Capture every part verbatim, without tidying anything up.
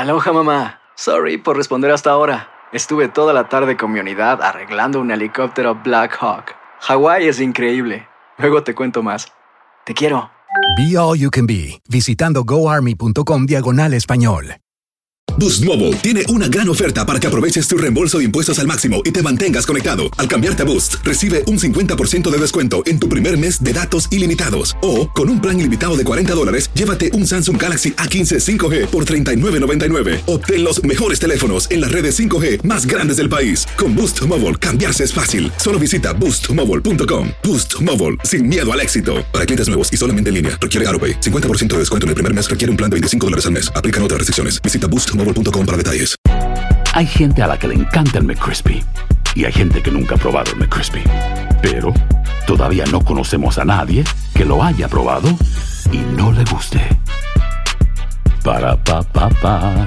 Aloha, mamá. Sorry por responder hasta ahora. Estuve toda la tarde con mi unidad arreglando un helicóptero Black Hawk. Hawái es increíble. Luego te cuento más. Te quiero. Be All You Can Be, visitando goarmy.com diagonal español. Boost Mobile tiene una gran oferta para que aproveches tu reembolso de impuestos al máximo y te mantengas conectado. Al cambiarte a Boost, recibe un cincuenta por ciento de descuento en tu primer mes de datos ilimitados. O, con un plan ilimitado de cuarenta dólares, llévate un Samsung Galaxy A quince cinco G por treinta y nueve noventa y nueve. Obtén los mejores teléfonos en las redes cinco G más grandes del país. Con Boost Mobile, cambiarse es fácil. Solo visita boost mobile punto com. Boost Mobile, sin miedo al éxito. Para clientes nuevos y solamente en línea, requiere AutoPay. cincuenta por ciento de descuento en el primer mes requiere un plan de veinticinco dólares al mes. Aplican otras restricciones. Visita boost mobile punto com para detalles. Hay gente a la que le encanta el McCrispy y hay gente que nunca ha probado el McCrispy. Pero todavía no conocemos a nadie que lo haya probado y no le guste. Para pa pa pa.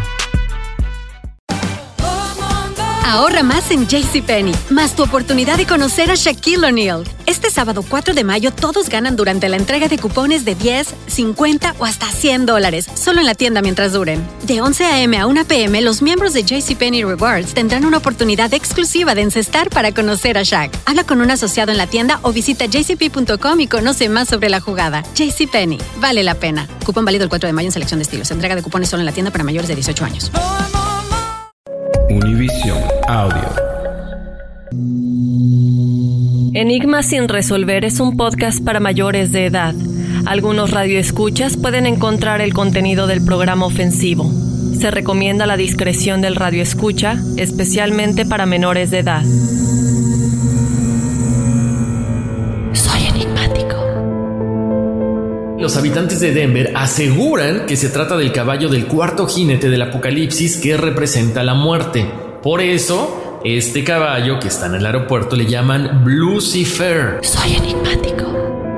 Ahorra más en JCPenney, más tu oportunidad de conocer a Shaquille O'Neal. Este sábado cuatro de mayo todos ganan durante la entrega de cupones de diez, cincuenta o hasta cien dólares, solo en la tienda mientras duren. De once a eme a una pe eme, los miembros de JCPenney Rewards tendrán una oportunidad exclusiva de encestar para conocer a Shaq. Habla con un asociado en la tienda o visita j c p punto com y conoce más sobre la jugada. JCPenney, vale la pena. Cupón válido el cuatro de mayo en selección de estilos. Entrega de cupones solo en la tienda para mayores de dieciocho años. Univision Audio. Enigma sin resolver es un podcast para mayores de edad. Algunos radioescuchas pueden encontrar el contenido del programa ofensivo. Se recomienda la discreción del radioescucha, especialmente para menores de edad. Soy enigmático. Los habitantes de Denver aseguran que se trata del caballo del cuarto jinete del apocalipsis que representa la muerte. Por eso, este caballo que está en el aeropuerto le llaman Lucifer. Soy enigmático.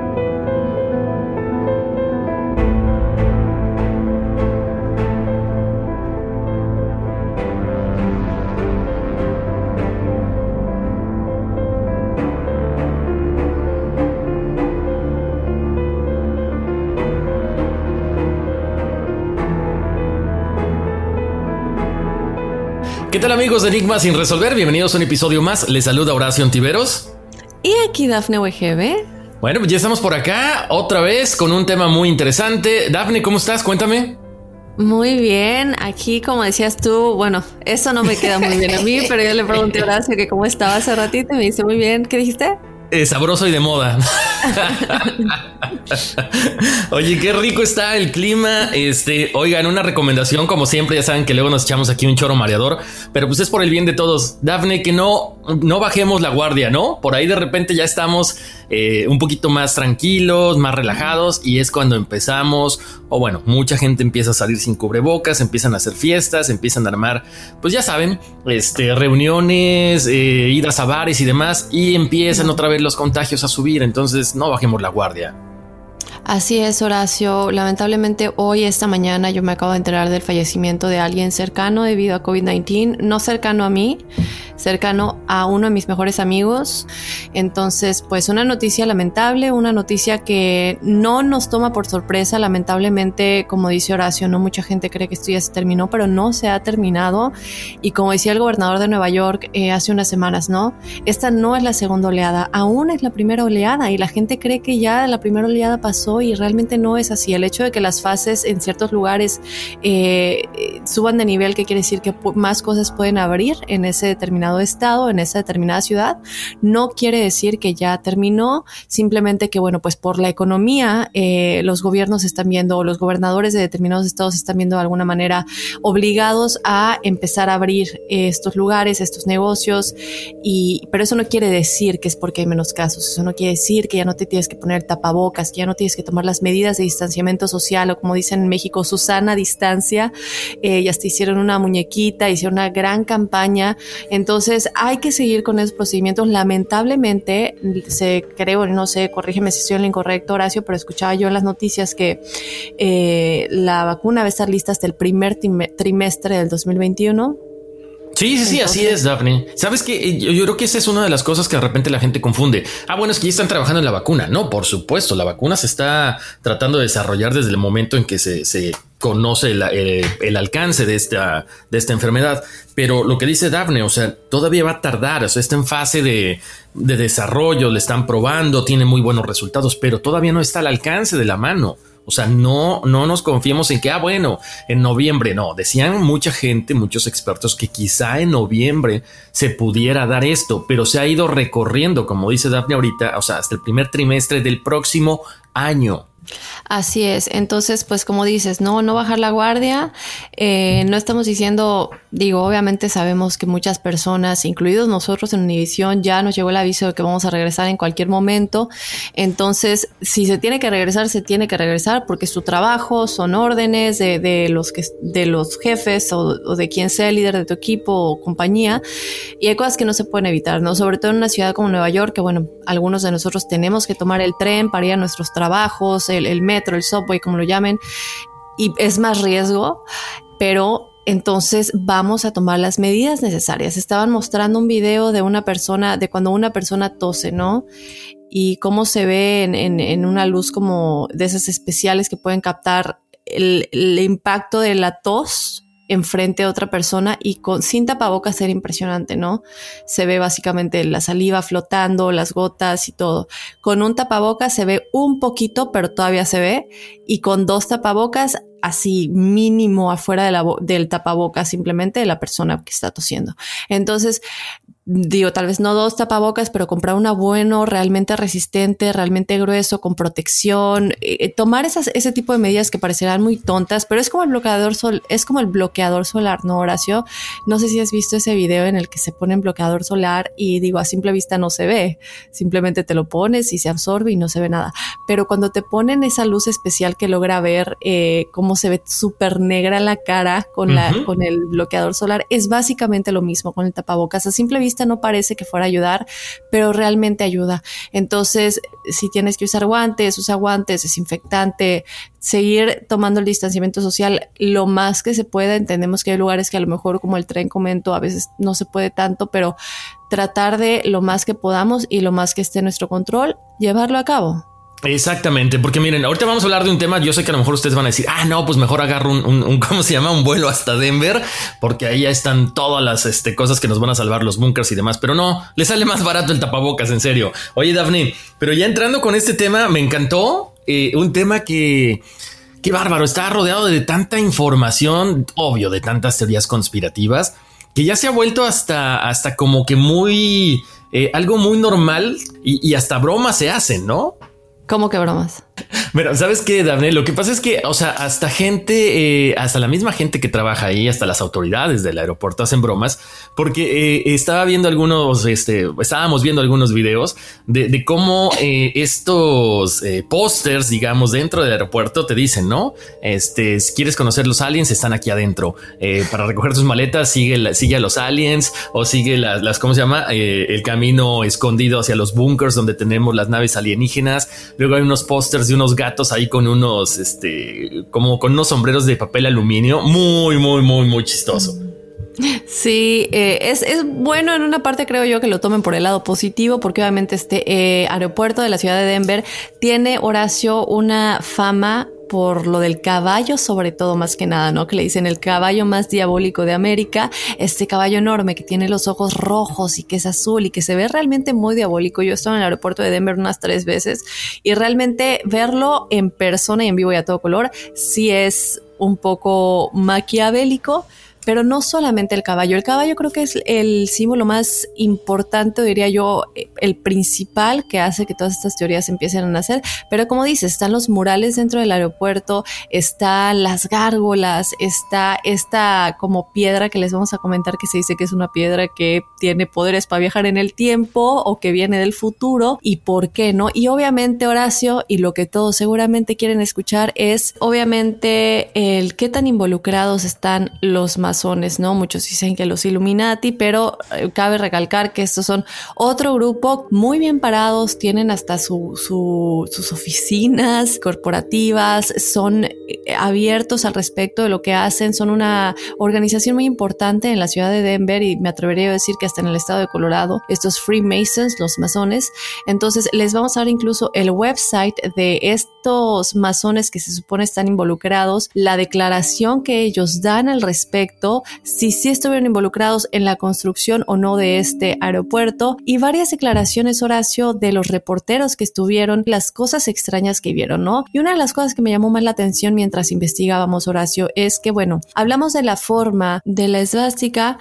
¿Qué tal, amigos de Enigma sin resolver? Bienvenidos a un episodio más. Les saluda Horacio Ontiveros. Y aquí Dafne Wegebe. Bueno, pues ya estamos por acá otra vez con un tema muy interesante. Dafne, ¿cómo estás? Cuéntame. Muy bien, aquí como decías tú, bueno, eso no me queda muy bien a mí, pero yo le pregunté a Horacio que cómo estaba hace ratito y me dice muy bien. ¿Qué dijiste? Eh, sabroso y de moda. Oye, qué rico está el clima. Este, oigan, una recomendación, como siempre, ya saben que luego nos echamos aquí un choro mareador, pero pues es por el bien de todos. Dafne, que no, no bajemos la guardia, ¿no? Por ahí de repente ya estamos eh, un poquito más tranquilos, más relajados, y es cuando empezamos, o bueno, mucha gente empieza a salir sin cubrebocas, empiezan a hacer fiestas, empiezan a armar, pues ya saben, este, reuniones, eh, idas a bares y demás, y empiezan otra vez los contagios a subir. Entonces no bajemos la guardia. Así es, Horacio. Lamentablemente hoy, esta mañana, yo me acabo de enterar del fallecimiento de alguien cercano debido a COVID diecinueve, no cercano a mí, cercano a uno de mis mejores amigos. Entonces, pues una noticia lamentable, una noticia que no nos toma por sorpresa. Lamentablemente, como dice Horacio, no mucha gente cree que esto ya se terminó, pero no se ha terminado. Y como decía el gobernador de Nueva York eh, hace unas semanas, ¿no? Esta no es la segunda oleada, aún es la primera oleada, y la gente cree que ya la primera oleada pasó y realmente no es así. El hecho de que las fases en ciertos lugares eh, suban de nivel, que quiere decir que más cosas pueden abrir en ese determinado estado, en esa determinada ciudad, no quiere decir que ya terminó, simplemente que bueno, pues por la economía eh, los gobiernos están viendo, o los gobernadores de determinados estados están viendo de alguna manera obligados a empezar a abrir eh, estos lugares, estos negocios, y pero eso no quiere decir que es porque hay menos casos, eso no quiere decir que ya no te tienes que poner tapabocas, que ya no tienes que tomar las medidas de distanciamiento social, o como dicen en México, Susana distancia. Eh, ya hasta hicieron una muñequita, hicieron una gran campaña. Entonces hay que seguir con esos procedimientos. Lamentablemente, se creo, no sé, corrígeme si estoy en lo incorrecto, Horacio, pero escuchaba yo en las noticias que eh, la vacuna va a estar lista hasta el primer trimestre del dos mil veintiuno. Sí, sí, sí, Entonces, así es, Daphne. ¿Sabes qué? Yo, yo creo que esa es una de las cosas que de repente la gente confunde. Ah, bueno, es que ya están trabajando en la vacuna. No, por supuesto, la vacuna se está tratando de desarrollar desde el momento en que se, se conoce el, el, el alcance de esta, de esta enfermedad. Pero lo que dice Daphne, o sea, todavía va a tardar. O sea, está en fase de, de desarrollo, le están probando, tiene muy buenos resultados, pero todavía no está al alcance de la mano. O sea, no, no nos confiemos en que, ah, bueno, en noviembre no. Decían mucha gente, muchos expertos que quizá en noviembre se pudiera dar esto, pero se ha ido recorriendo, como dice Daphne ahorita, o sea, hasta el primer trimestre del próximo año. Así es. Entonces, pues como dices, no, no bajar la guardia. Eh, no estamos diciendo, digo, obviamente sabemos que muchas personas, incluidos nosotros en Univisión, ya nos llegó el aviso de que vamos a regresar en cualquier momento. Entonces, si se tiene que regresar, se tiene que regresar porque es su trabajo, son órdenes de, de los que, de los jefes o, o de quien sea el líder de tu equipo o compañía. Y hay cosas que no se pueden evitar, ¿no? Sobre todo en una ciudad como Nueva York, que bueno, algunos de nosotros tenemos que tomar el tren para ir a nuestros trabajos, el, el metro, el subway, como lo llamen, y es más riesgo, pero entonces vamos a tomar las medidas necesarias. Estaban mostrando un video de una persona, de cuando una persona tose, ¿no? Y cómo se ve en, en, en una luz como de esas especiales que pueden captar el, el impacto de la tos enfrente a otra persona, y con, sin tapabocas era impresionante, ¿no? Se ve básicamente la saliva flotando, las gotas y todo. Con un tapabocas se ve un poquito, pero todavía se ve, y con dos tapabocas así mínimo afuera de la, del tapabocas simplemente de la persona que está tosiendo. Entonces, digo, tal vez no dos tapabocas, pero comprar uno bueno, realmente resistente, realmente grueso, con protección, eh, tomar esas, ese tipo de medidas que parecerán muy tontas, pero es como el bloqueador sol, es como el bloqueador solar, ¿no, Horacio? No sé si has visto ese video en el que se pone bloqueador solar y digo, a simple vista no se ve, simplemente te lo pones y se absorbe y no se ve nada, pero cuando te ponen esa luz especial que logra ver eh, cómo se ve súper negra la cara con, uh-huh. la, con el bloqueador solar, es básicamente lo mismo con el tapabocas. A simple vista no parece que fuera a ayudar, pero realmente ayuda. Entonces, si tienes que usar guantes, usa guantes, desinfectante, seguir tomando el distanciamiento social lo más que se pueda. Entendemos que hay lugares que a lo mejor, como el tren comento, a veces no se puede tanto, pero tratar de lo más que podamos y lo más que esté en nuestro control, llevarlo a cabo. Exactamente, porque miren, ahorita vamos a hablar de un tema. Yo sé que a lo mejor ustedes van a decir, ah, no, pues mejor agarro un, un, un ¿cómo se llama? Un vuelo hasta Denver, porque ahí ya están todas las este, cosas que nos van a salvar, los bunkers y demás. Pero no, le sale más barato el tapabocas, en serio. Oye, Daphne, pero ya entrando con este tema, me encantó eh, un tema que... Qué bárbaro, está rodeado de tanta información, obvio, de tantas teorías conspirativas, que ya se ha vuelto hasta, hasta como que muy... Eh, algo muy normal y, y hasta bromas se hacen, ¿no? ¿Cómo que bromas? Mira, ¿sabes qué, Daphne? Lo que pasa es que, o sea, hasta gente, eh, hasta la misma gente que trabaja ahí, hasta las autoridades del aeropuerto hacen bromas, porque eh, estaba viendo algunos, este, estábamos viendo algunos videos de, de cómo eh, estos eh, pósters, digamos, dentro del aeropuerto te dicen, ¿no? Este, si quieres conocer los aliens, están aquí adentro. Eh, para recoger tus maletas, sigue, la, sigue a los aliens o sigue las, las ¿cómo se llama? Eh, el camino escondido hacia los bunkers donde tenemos las naves alienígenas. Luego hay unos pósters de unos gatos ahí con unos, este, como con unos sombreros de papel aluminio. Muy, muy, muy, muy chistoso. Sí, eh, es, es bueno en una parte, creo yo, que lo tomen por el lado positivo, porque obviamente este eh, aeropuerto de la ciudad de Denver tiene, Horacio, una fama por lo del caballo, sobre todo, más que nada, ¿no? Que le dicen el caballo más diabólico de América, este caballo enorme que tiene los ojos rojos y que es azul y que se ve realmente muy diabólico. Yo he estado en el aeropuerto de Denver unas tres veces y realmente verlo en persona y en vivo y a todo color sí es un poco maquiavélico. Pero no solamente el caballo. El caballo creo que es el símbolo más importante, diría yo, el principal que hace que todas estas teorías empiecen a nacer. Pero como dices, están los murales dentro del aeropuerto, están las gárgolas, está esta como piedra que les vamos a comentar, que se dice que es una piedra que tiene poderes para viajar en el tiempo o que viene del futuro. ¿Y por qué no? Y obviamente, Horacio, y lo que todos seguramente quieren escuchar es, obviamente, el qué tan involucrados están los más masones, ¿no? Muchos dicen que los Illuminati, pero eh, cabe recalcar que estos son otro grupo muy bien parados, tienen hasta su, su, sus oficinas corporativas, son eh, abiertos al respecto de lo que hacen, son una organización muy importante en la ciudad de Denver y me atrevería a decir que hasta en el estado de Colorado, estos Freemasons, los masones. Entonces les vamos a dar incluso el website de estos masones que se supone están involucrados, la declaración que ellos dan al respecto, si sí estuvieron involucrados en la construcción o no de este aeropuerto y varias declaraciones, Horacio, de los reporteros que estuvieron, las cosas extrañas que vieron, ¿no? Y una de las cosas que me llamó más la atención mientras investigábamos, Horacio, es que, bueno, hablamos de la forma de la esvástica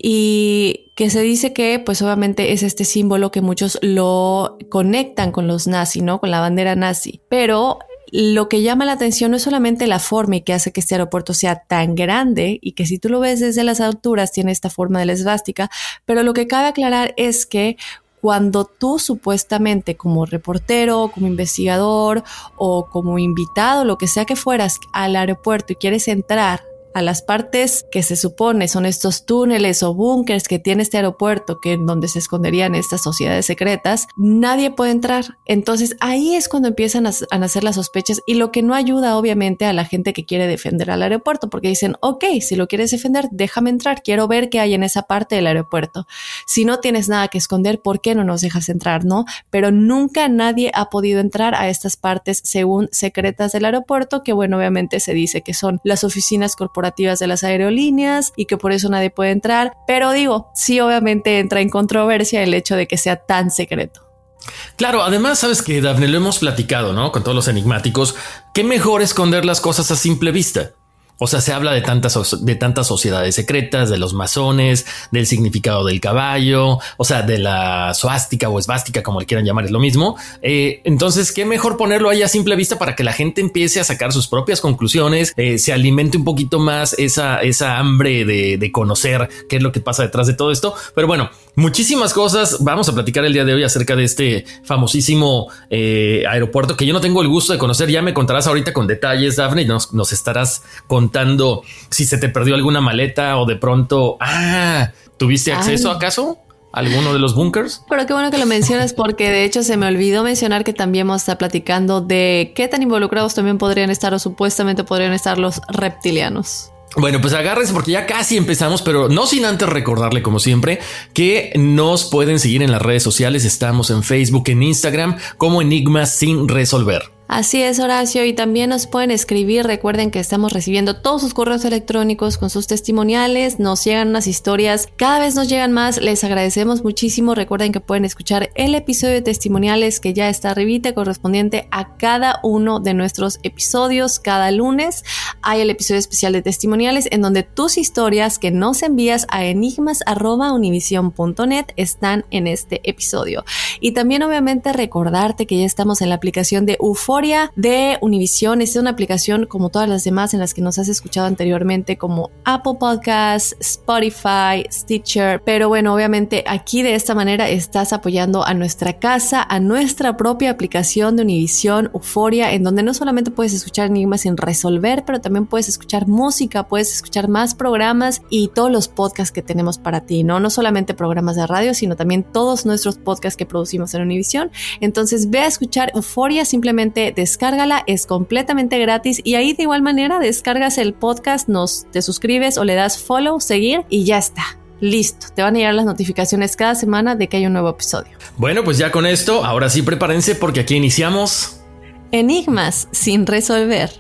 y que se dice que pues obviamente es este símbolo que muchos lo conectan con los nazis, ¿no? Con la bandera nazi, pero lo que llama la atención no es solamente la forma y que hace que este aeropuerto sea tan grande y que si tú lo ves desde las alturas tiene esta forma de la esvástica, pero lo que cabe aclarar es que cuando tú supuestamente como reportero, como investigador o como invitado, lo que sea que fueras al aeropuerto y quieres entrar a las partes que se supone son estos túneles o búnkers que tiene este aeropuerto, que donde se esconderían estas sociedades secretas, nadie puede entrar. Entonces ahí es cuando empiezan a, a nacer las sospechas y lo que no ayuda obviamente a la gente que quiere defender al aeropuerto, porque dicen, ok, si lo quieres defender, déjame entrar, quiero ver qué hay en esa parte del aeropuerto. Si no tienes nada que esconder, ¿por qué no nos dejas entrar, no? Pero nunca nadie ha podido entrar a estas partes según secretas del aeropuerto, que bueno, obviamente se dice que son las oficinas corporativas de las aerolíneas y que por eso nadie puede entrar, pero digo, sí obviamente entra en controversia el hecho de que sea tan secreto. Claro, además sabes que, Dafne, lo hemos platicado, ¿no? Con todos los enigmáticos, qué mejor esconder las cosas a simple vista. O sea, se habla de tantas, de tantas sociedades secretas, de los masones, del significado del caballo, o sea, de la suástica o esvástica, como le quieran llamar, es lo mismo. Eh, entonces, qué mejor ponerlo ahí a simple vista para que la gente empiece a sacar sus propias conclusiones, eh, se alimente un poquito más esa, esa hambre de, de conocer qué es lo que pasa detrás de todo esto. Pero bueno, muchísimas cosas. Vamos a platicar el día de hoy acerca de este famosísimo eh, aeropuerto que yo no tengo el gusto de conocer. Ya me contarás ahorita con detalles, Dafne, y nos, nos estarás contando si se te perdió alguna maleta o de pronto, ah, ¿tuviste acceso Ay. acaso a alguno de los búnkers? Pero qué bueno que lo mencionas porque de hecho se me olvidó mencionar que también vamos a estar platicando de qué tan involucrados también podrían estar o supuestamente podrían estar los reptilianos. Bueno, pues agárrense porque ya casi empezamos, pero no sin antes recordarle, como siempre, que nos pueden seguir en las redes sociales. Estamos en Facebook, en Instagram, como Enigmas sin resolver. Así es, Horacio, y también nos pueden escribir. Recuerden que estamos recibiendo todos sus correos electrónicos con sus testimoniales, nos llegan unas historias, cada vez nos llegan más, les agradecemos muchísimo. Recuerden que pueden escuchar el episodio de testimoniales que ya está arribita, correspondiente a cada uno de nuestros episodios. Cada lunes hay el episodio especial de testimoniales en donde tus historias que nos envías a enigmas arroba univision punto net están en este episodio. Y también obviamente recordarte que ya estamos en la aplicación de Euforia de Univision. Es una aplicación como todas las demás en las que nos has escuchado anteriormente, como Apple Podcasts, Spotify, Stitcher, pero bueno, obviamente aquí de esta manera estás apoyando a nuestra casa, a nuestra propia aplicación de Univision, Euforia, en donde no solamente puedes escuchar enigmas sin resolver, pero también puedes escuchar música, puedes escuchar más programas y todos los podcasts que tenemos para ti, ¿no? No solamente programas de radio, sino también todos nuestros podcasts que producimos en Univision. Entonces ve a escuchar Euforia, simplemente descárgala, es completamente gratis y ahí de igual manera descargas el podcast, nos te suscribes o le das follow, seguir y ya está. Listo, te van a llegar las notificaciones cada semana de que hay un nuevo episodio. Bueno, pues ya con esto, ahora sí prepárense porque aquí iniciamos Enigmas sin resolver.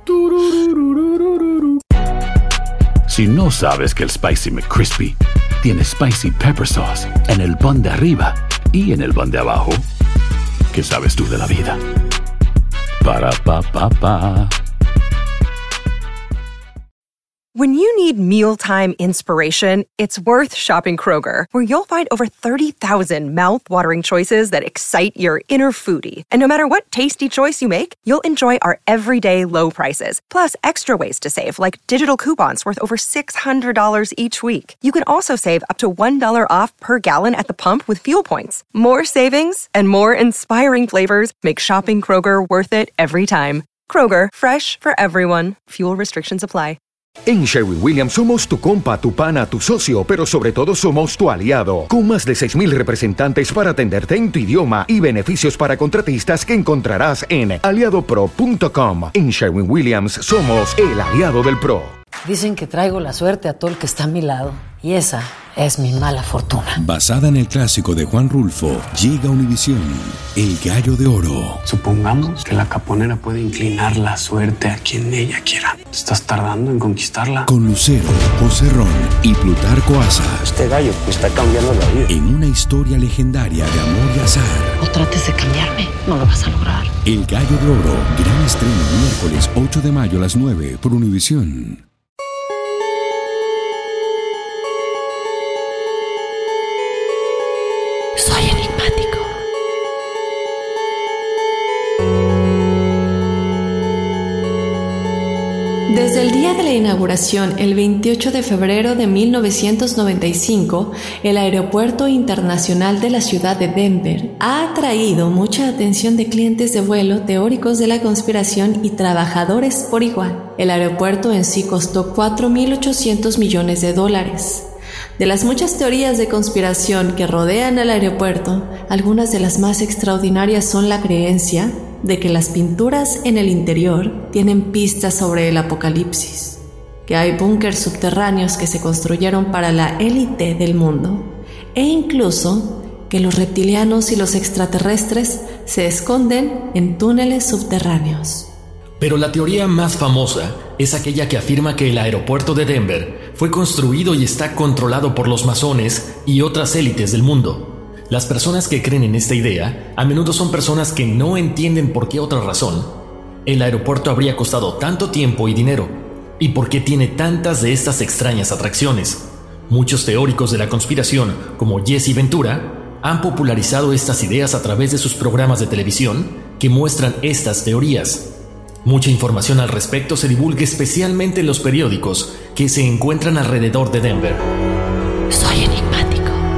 Si no sabes que el Spicy McCrispy tiene Spicy Pepper Sauce en el pan de arriba y en el pan de abajo, ¿qué sabes tú de la vida? Para pa pa pa. When you need mealtime inspiration, it's worth shopping Kroger, where you'll find over thirty thousand mouth-watering choices that excite your inner foodie. And no matter what tasty choice you make, you'll enjoy our everyday low prices, plus extra ways to save, like digital coupons worth over six hundred dollars each week. You can also save up to one dollar off per gallon at the pump with fuel points. More savings and more inspiring flavors make shopping Kroger worth it every time. Kroger, fresh for everyone. Fuel restrictions apply. En Sherwin-Williams somos tu compa, tu pana, tu socio, pero sobre todo somos tu aliado, con más de seis mil representantes para atenderte en tu idioma y beneficios para contratistas que encontrarás en aliado pro punto com. En Sherwin-Williams somos el aliado del pro. Dicen que traigo la suerte a todo el que está a mi lado, y esa es mi mala fortuna. Basada en el clásico de Juan Rulfo, llega Univisión, El Gallo de Oro. Supongamos que la caponera puede inclinar la suerte a quien ella quiera. ¿Estás tardando en conquistarla? Con Lucero, José Ron y Plutarco Asa. Este gallo me está cambiando la vida. En una historia legendaria de amor y azar. No trates de cambiarme, no lo vas a lograr. El Gallo de Oro, gran estreno miércoles ocho de mayo a las nueve por Univisión. Soy enigmático. Desde el día de la inauguración, el veintiocho de febrero de mil novecientos noventa y cinco, el Aeropuerto Internacional de la ciudad de Denver ha atraído mucha atención de clientes de vuelo, teóricos de la conspiración y trabajadores por igual. El aeropuerto en sí costó cuatro mil ochocientos millones de dólares. De las muchas teorías de conspiración que rodean al aeropuerto, algunas de las más extraordinarias son la creencia de que las pinturas en el interior tienen pistas sobre el apocalipsis, que hay búnkers subterráneos que se construyeron para la élite del mundo, e incluso que los reptilianos y los extraterrestres se esconden en túneles subterráneos. Pero la teoría más famosa es aquella que afirma que el aeropuerto de Denver fue construido y está controlado por los masones y otras élites del mundo. Las personas que creen en esta idea a menudo son personas que no entienden por qué otra razón el aeropuerto habría costado tanto tiempo y dinero y por qué tiene tantas de estas extrañas atracciones. Muchos teóricos de la conspiración, como Jesse Ventura, han popularizado estas ideas a través de sus programas de televisión que muestran estas teorías. Mucha información al respecto se divulga especialmente en los periódicos que se encuentran alrededor de Denver. Soy enigmático.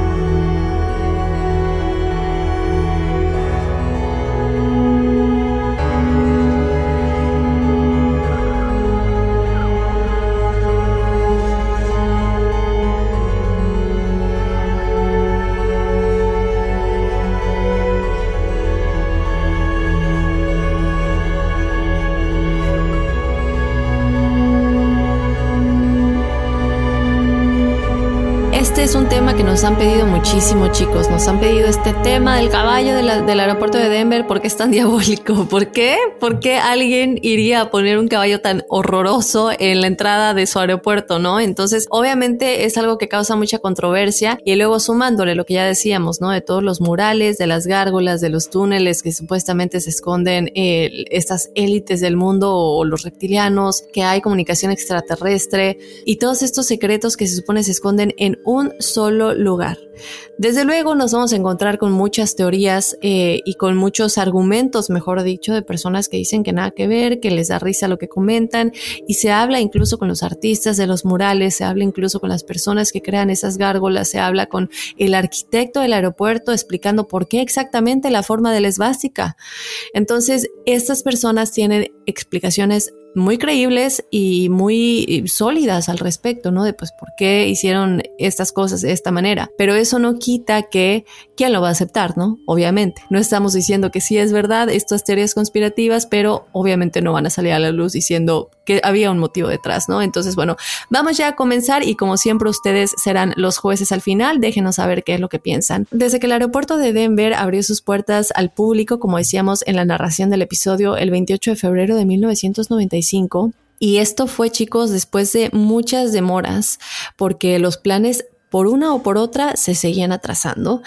Este es un tema que nos han pedido muchísimo, chicos. Nos han pedido este tema del caballo de la, del aeropuerto de Denver. ¿Por qué es tan diabólico? ¿Por qué? ¿Por qué alguien iría a poner un caballo tan horroroso en la entrada de su aeropuerto, no? Entonces, obviamente es algo que causa mucha controversia. Y luego sumándole lo que ya decíamos, ¿no? De todos los murales, de las gárgolas, de los túneles que supuestamente se esconden eh, estas élites del mundo o los reptilianos, que hay comunicación extraterrestre y todos estos secretos que se supone se esconden en un solo lugar. Desde luego nos vamos a encontrar con muchas teorías eh, y con muchos argumentos, mejor dicho, de personas que dicen que nada que ver, que les da risa lo que comentan, y se habla incluso con los artistas de los murales, se habla incluso con las personas que crean esas gárgolas, se habla con el arquitecto del aeropuerto explicando por qué exactamente la forma de la esvástica. Entonces, estas personas tienen explicaciones muy creíbles y muy sólidas al respecto, ¿no? De pues por qué hicieron estas cosas de esta manera. Pero eso no quita que ¿quién lo va a aceptar, no? Obviamente. No estamos diciendo que sí es verdad estas teorías conspirativas, pero obviamente no van a salir a la luz diciendo que había un motivo detrás, ¿no? Entonces, bueno, vamos ya a comenzar y como siempre ustedes serán los jueces al final. Déjenos saber qué es lo que piensan. Desde que el aeropuerto de Denver abrió sus puertas al público, como decíamos en la narración del episodio, el veintiocho de febrero de mil novecientos noventa y cinco, y esto fue, chicos, después de muchas demoras, porque los planes por una o por otra se seguían atrasando,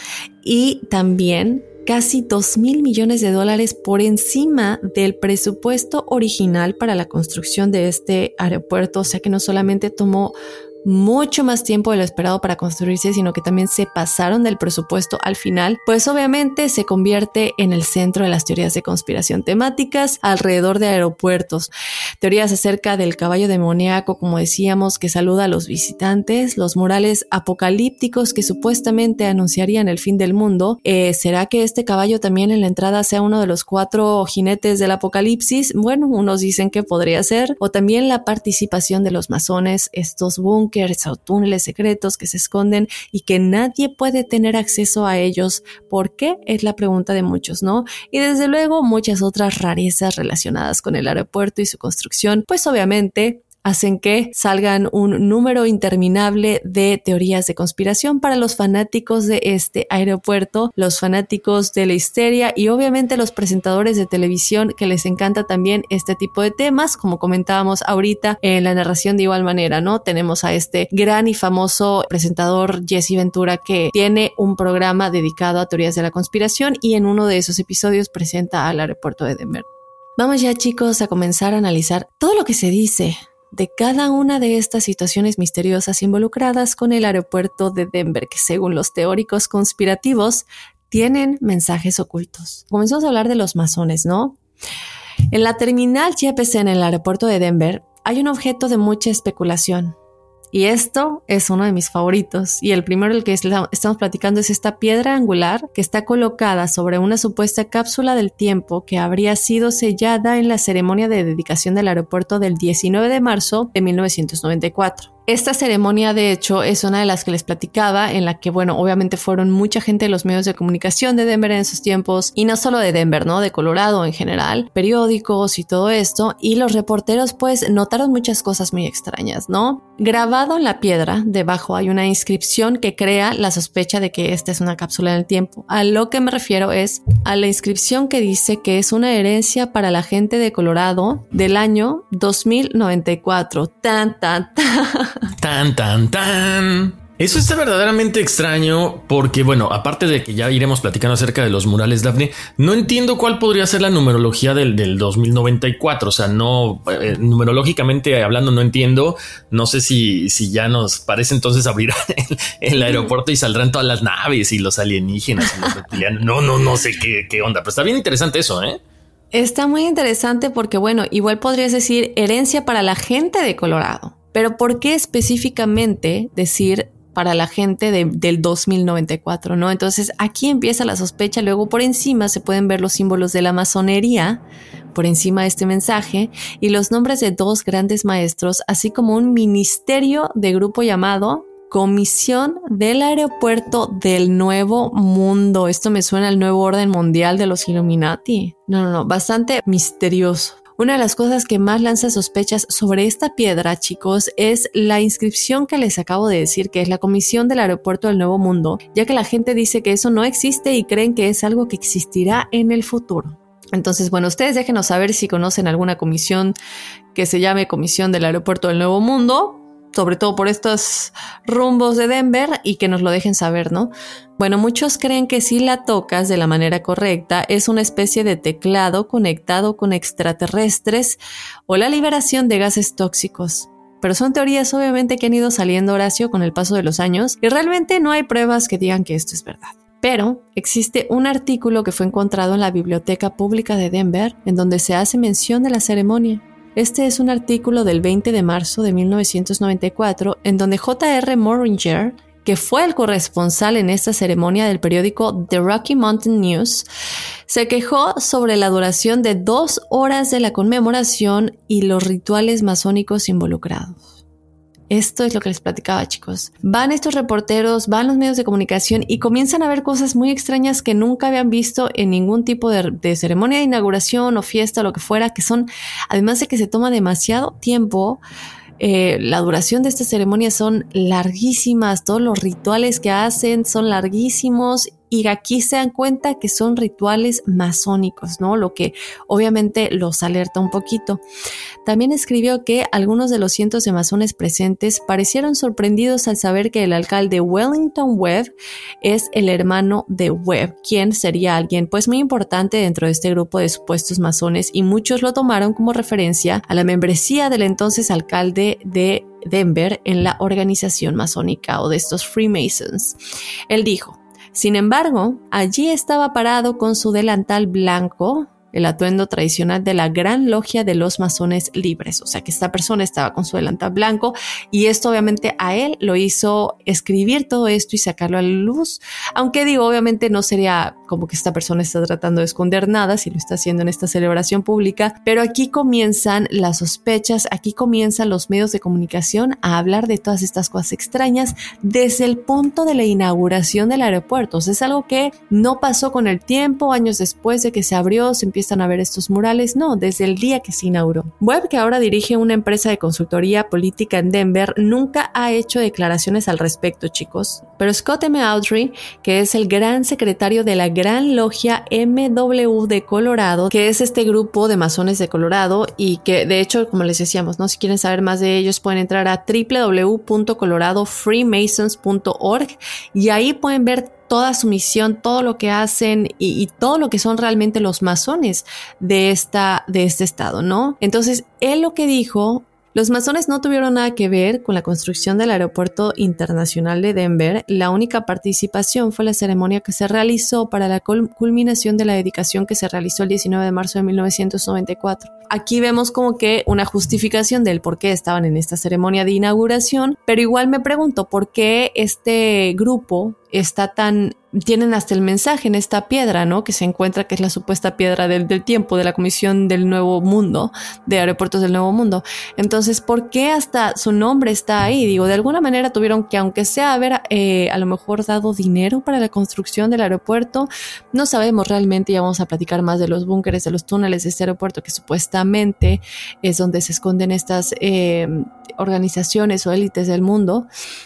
y también casi dos mil millones de dólares por encima del presupuesto original para la construcción de este aeropuerto. O sea que no solamente tomó mucho más tiempo de lo esperado para construirse, sino que también se pasaron del presupuesto al final, pues obviamente se convierte en el centro de las teorías de conspiración temáticas alrededor de aeropuertos. Teorías acerca del caballo demoníaco, como decíamos, que saluda a los visitantes, los murales apocalípticos que supuestamente anunciarían el fin del mundo. Eh, ¿Será que este caballo también en la entrada sea uno de los cuatro jinetes del apocalipsis? Bueno, unos dicen que podría ser. O también la participación de los masones, estos búnkeres o túneles secretos que se esconden y que nadie puede tener acceso a ellos. ¿Por qué? Es la pregunta de muchos, ¿no? Y desde luego muchas otras rarezas relacionadas con el aeropuerto y su construcción, pues obviamente hacen que salgan un número interminable de teorías de conspiración para los fanáticos de este aeropuerto, los fanáticos de la histeria y obviamente los presentadores de televisión que les encanta también este tipo de temas, como comentábamos ahorita en la narración de igual manera, ¿no? Tenemos a este gran y famoso presentador Jesse Ventura que tiene un programa dedicado a teorías de la conspiración y en uno de esos episodios presenta al aeropuerto de Denver. Vamos ya, chicos, a comenzar a analizar todo lo que se dice de cada una de estas situaciones misteriosas involucradas con el aeropuerto de Denver, que según los teóricos conspirativos tienen mensajes ocultos. Comenzamos a hablar de los masones, ¿no? En la terminal J P C en el aeropuerto de Denver hay un objeto de mucha especulación. Y esto es uno de mis favoritos. Y el primero del que estamos platicando es esta piedra angular que está colocada sobre una supuesta cápsula del tiempo que habría sido sellada en la ceremonia de dedicación del aeropuerto del diecinueve de marzo de mil novecientos noventa y cuatro. Esta ceremonia, de hecho, es una de las que les platicaba, en la que, bueno, obviamente fueron mucha gente de los medios de comunicación de Denver en esos tiempos, y no solo de Denver, ¿no? De Colorado en general, periódicos y todo esto, y los reporteros, pues, notaron muchas cosas muy extrañas, ¿no? Grabado en la piedra, debajo hay una inscripción que crea la sospecha de que esta es una cápsula del tiempo. A lo que me refiero es a la inscripción que dice que es una herencia para la gente de Colorado del año dos mil noventa y cuatro. Tan, tan, tan. Tan, tan, tan. Eso está verdaderamente extraño porque, bueno, aparte de que ya iremos platicando acerca de los murales, Dafne, no entiendo cuál podría ser la numerología del, del dos mil noventa y cuatro. O sea, no, eh, numerológicamente hablando no entiendo. No sé si, si ya nos parece entonces abrir el, el aeropuerto y saldrán todas las naves y los alienígenas y los reptilianos. No, no, no sé qué, qué onda, pero está bien interesante eso, ¿eh? Está muy interesante porque, bueno, igual podrías decir herencia para la gente de Colorado. Pero ¿por qué específicamente decir para la gente de, del dos mil noventa y cuatro, ¿no? Entonces aquí empieza la sospecha. Luego por encima se pueden ver los símbolos de la masonería, por encima de este mensaje, y los nombres de dos grandes maestros, así como un ministerio de grupo llamado Comisión del Aeropuerto del Nuevo Mundo. Esto me suena al nuevo orden mundial de los Illuminati. No, no, no, bastante misterioso. Una de las cosas que más lanza sospechas sobre esta piedra, chicos, es la inscripción que les acabo de decir, que es la Comisión del Aeropuerto del Nuevo Mundo, ya que la gente dice que eso no existe y creen que es algo que existirá en el futuro. Entonces, bueno, ustedes déjenos saber si conocen alguna comisión que se llame Comisión del Aeropuerto del Nuevo Mundo, sobre todo por estos rumbos de Denver, y que nos lo dejen saber, ¿no? Bueno, muchos creen que si la tocas de la manera correcta es una especie de teclado conectado con extraterrestres o la liberación de gases tóxicos. Pero son teorías obviamente que han ido saliendo, Horacio, con el paso de los años, y realmente no hay pruebas que digan que esto es verdad. Pero existe un artículo que fue encontrado en la Biblioteca Pública de Denver en donde se hace mención de la ceremonia. Este es un artículo del veinte de marzo de mil novecientos noventa y cuatro en donde J R Morringer, que fue el corresponsal en esta ceremonia del periódico The Rocky Mountain News, se quejó sobre la duración de dos horas de la conmemoración y los rituales masónicos involucrados. Esto es lo que les platicaba, chicos. Van estos reporteros, van los medios de comunicación y comienzan a ver cosas muy extrañas que nunca habían visto en ningún tipo de, de ceremonia de inauguración o fiesta o lo que fuera, que son, además de que se toma demasiado tiempo, eh, la duración de estas ceremonias son larguísimas, todos los rituales que hacen son larguísimos y aquí se dan cuenta que son rituales masónicos, ¿no? Lo que obviamente los alerta un poquito. También escribió que algunos de los cientos de masones presentes parecieron sorprendidos al saber que el alcalde Wellington Webb es el hermano de Webb, quien sería alguien pues muy importante dentro de este grupo de supuestos masones, y muchos lo tomaron como referencia a la membresía del entonces alcalde de Denver en la organización masónica o de estos Freemasons. Él dijo: sin embargo, allí estaba parado con su delantal blanco, el atuendo tradicional de la Gran Logia de los Masones Libres. O sea que esta persona estaba con su delantal blanco, y esto obviamente a él lo hizo escribir todo esto y sacarlo a la luz. Aunque digo, obviamente no sería como que esta persona está tratando de esconder nada si lo está haciendo en esta celebración pública, pero aquí comienzan las sospechas, aquí comienzan los medios de comunicación a hablar de todas estas cosas extrañas desde el punto de la inauguración del aeropuerto. O sea, es algo que no pasó con el tiempo, años después de que se abrió, se empiezan a ver estos murales, no, desde el día que se inauguró. Webb, que ahora dirige una empresa de consultoría política en Denver, nunca ha hecho declaraciones al respecto, chicos, pero Scott M. Autry, que es el gran secretario de la Gran Logia M W de Colorado, que es este grupo de masones de Colorado, y que de hecho, como les decíamos, ¿no? Si quieren saber más de ellos pueden entrar a w w w punto colorado freemasons punto org y ahí pueden ver toda su misión, todo lo que hacen y, y todo lo que son realmente los masones de, esta, de este estado, ¿no? Entonces, él lo que dijo: los masones no tuvieron nada que ver con la construcción del Aeropuerto Internacional de Denver. La única participación fue la ceremonia que se realizó para la culminación de la dedicación que se realizó el diecinueve de marzo de mil novecientos noventa y cuatro. Aquí vemos como que una justificación del por qué estaban en esta ceremonia de inauguración, pero igual me pregunto por qué este grupo está tan... tienen hasta el mensaje en esta piedra, ¿no? Que se encuentra, que es la supuesta piedra del, del tiempo de la Comisión del Nuevo Mundo, de Aeropuertos del Nuevo Mundo. Entonces, ¿por qué hasta su nombre está ahí? Digo, de alguna manera tuvieron que, aunque sea haber eh, a lo mejor dado dinero para la construcción del aeropuerto. No sabemos realmente, ya vamos a platicar más de los búnkeres, de los túneles de este aeropuerto, que supuestamente es donde se esconden estas eh, organizaciones o élites del mundo.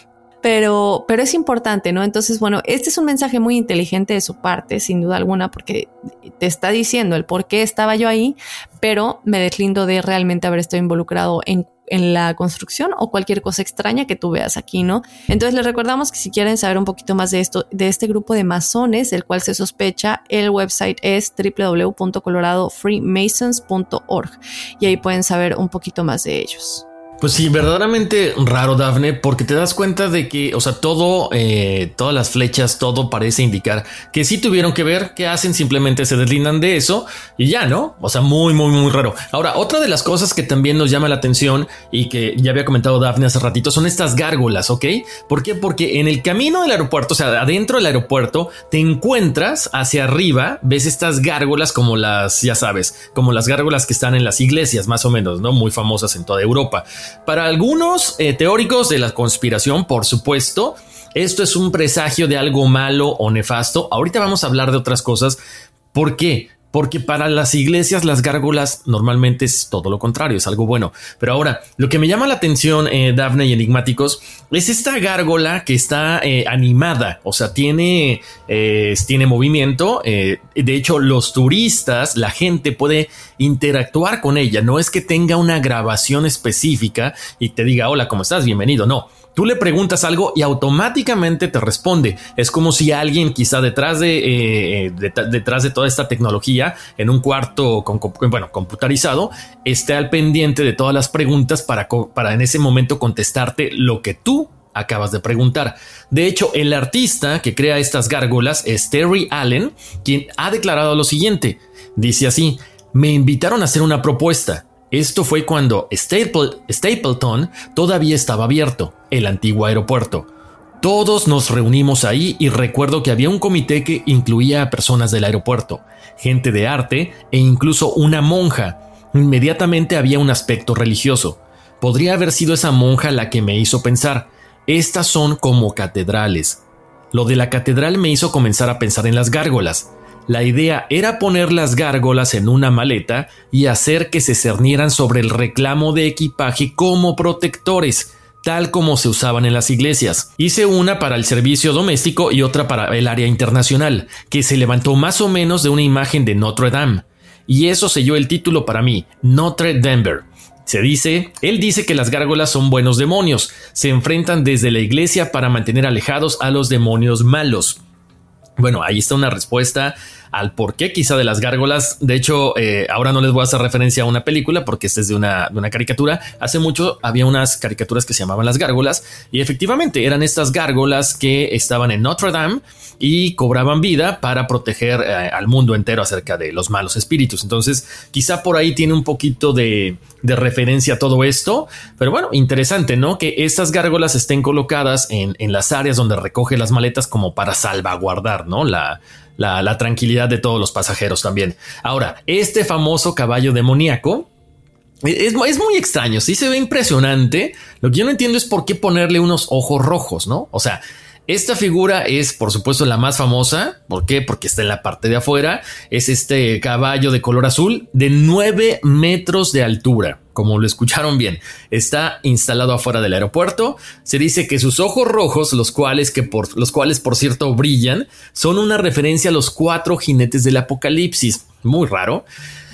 Pero, pero es importante, ¿no? Entonces, bueno, este es un mensaje muy inteligente de su parte, sin duda alguna, porque te está diciendo el por qué estaba yo ahí, pero me deslindo de realmente haber estado involucrado en, en la construcción o cualquier cosa extraña que tú veas aquí, ¿no? Entonces, les recordamos que si quieren saber un poquito más de esto, de este grupo de masones, del cual se sospecha, el website es w w w punto colorado freemasons punto org y ahí pueden saber un poquito más de ellos. Pues sí, verdaderamente raro, Dafne, porque te das cuenta de que, o sea, todo, eh, todas las flechas, todo parece indicar que sí tuvieron que ver. ¿Qué hacen? Simplemente se deslindan de eso y ya, ¿no? O sea, muy, muy, muy raro. Ahora, otra de las cosas que también nos llama la atención y que ya había comentado Dafne hace ratito son estas gárgolas, ¿ok? ¿Por qué? Porque en el camino del aeropuerto, o sea, adentro del aeropuerto, te encuentras hacia arriba, ves estas gárgolas como las, ya sabes, como las gárgolas que están en las iglesias, más o menos, ¿no? Muy famosas en toda Europa. Para algunos eh, teóricos de la conspiración, por supuesto, esto es un presagio de algo malo o nefasto. Ahorita vamos a hablar de otras cosas. ¿Por qué? Porque para las iglesias las gárgolas normalmente es todo lo contrario, es algo bueno. Pero ahora, lo que me llama la atención, eh, Dafne y enigmáticos, es esta gárgola que está eh, animada, o sea, tiene, eh, tiene movimiento. Eh, de hecho, los turistas, la gente puede interactuar con ella. No es que tenga una grabación específica y te diga, hola, ¿cómo estás? Bienvenido. No. Tú le preguntas algo y automáticamente te responde. Es como si alguien quizá detrás de, eh, de, detrás de toda esta tecnología en un cuarto con, bueno, computarizado esté al pendiente de todas las preguntas para, para en ese momento contestarte lo que tú acabas de preguntar. De hecho, el artista que crea estas gárgolas es Terry Allen, quien ha declarado lo siguiente. Dice así: me invitaron a hacer una propuesta. Esto fue cuando Staple, Stapleton todavía estaba abierto, el antiguo aeropuerto. Todos nos reunimos ahí y recuerdo que había un comité que incluía a personas del aeropuerto, gente de arte e incluso una monja. Inmediatamente había un aspecto religioso. Podría haber sido esa monja la que me hizo pensar, estas son como catedrales. Lo de la catedral me hizo comenzar a pensar en las gárgolas. La idea era poner las gárgolas en una maleta y hacer que se cernieran sobre el reclamo de equipaje como protectores. tal como se usaban en las iglesias. Hice una para el servicio doméstico y otra para el área internacional, que se levantó más o menos de una imagen de Notre Dame. Y eso selló el título para mí, Notre Denver. Se dice, él dice que las gárgolas son buenos demonios, se enfrentan desde la iglesia para mantener alejados a los demonios malos. Bueno, ahí está una respuesta al porqué quizá de las gárgolas. De hecho, eh, ahora no les voy a hacer referencia a una película porque esta es de una, de una caricatura. Hace mucho había unas caricaturas que se llamaban Las Gárgolas y efectivamente eran estas gárgolas que estaban en Notre Dame y cobraban vida para proteger eh, al mundo entero acerca de los malos espíritus. Entonces, quizá por ahí tiene un poquito de, de referencia a todo esto. Pero bueno, interesante, ¿no? Que estas gárgolas estén colocadas en, en las áreas donde recoge las maletas como para salvaguardar, ¿no? La... La, la tranquilidad de todos los pasajeros también. Ahora, este famoso caballo demoníaco es, es muy extraño, sí se ve impresionante. Lo que yo no entiendo es por qué ponerle unos ojos rojos, ¿no? O sea, esta figura es, por supuesto, la más famosa. ¿Por qué? Porque está en la parte de afuera. Es este caballo de color azul de nueve metros de altura. Como lo escucharon bien, está instalado afuera del aeropuerto. Se dice que sus ojos rojos, los cuales, que por, los cuales por cierto brillan, son una referencia a los cuatro jinetes del Apocalipsis. Muy raro.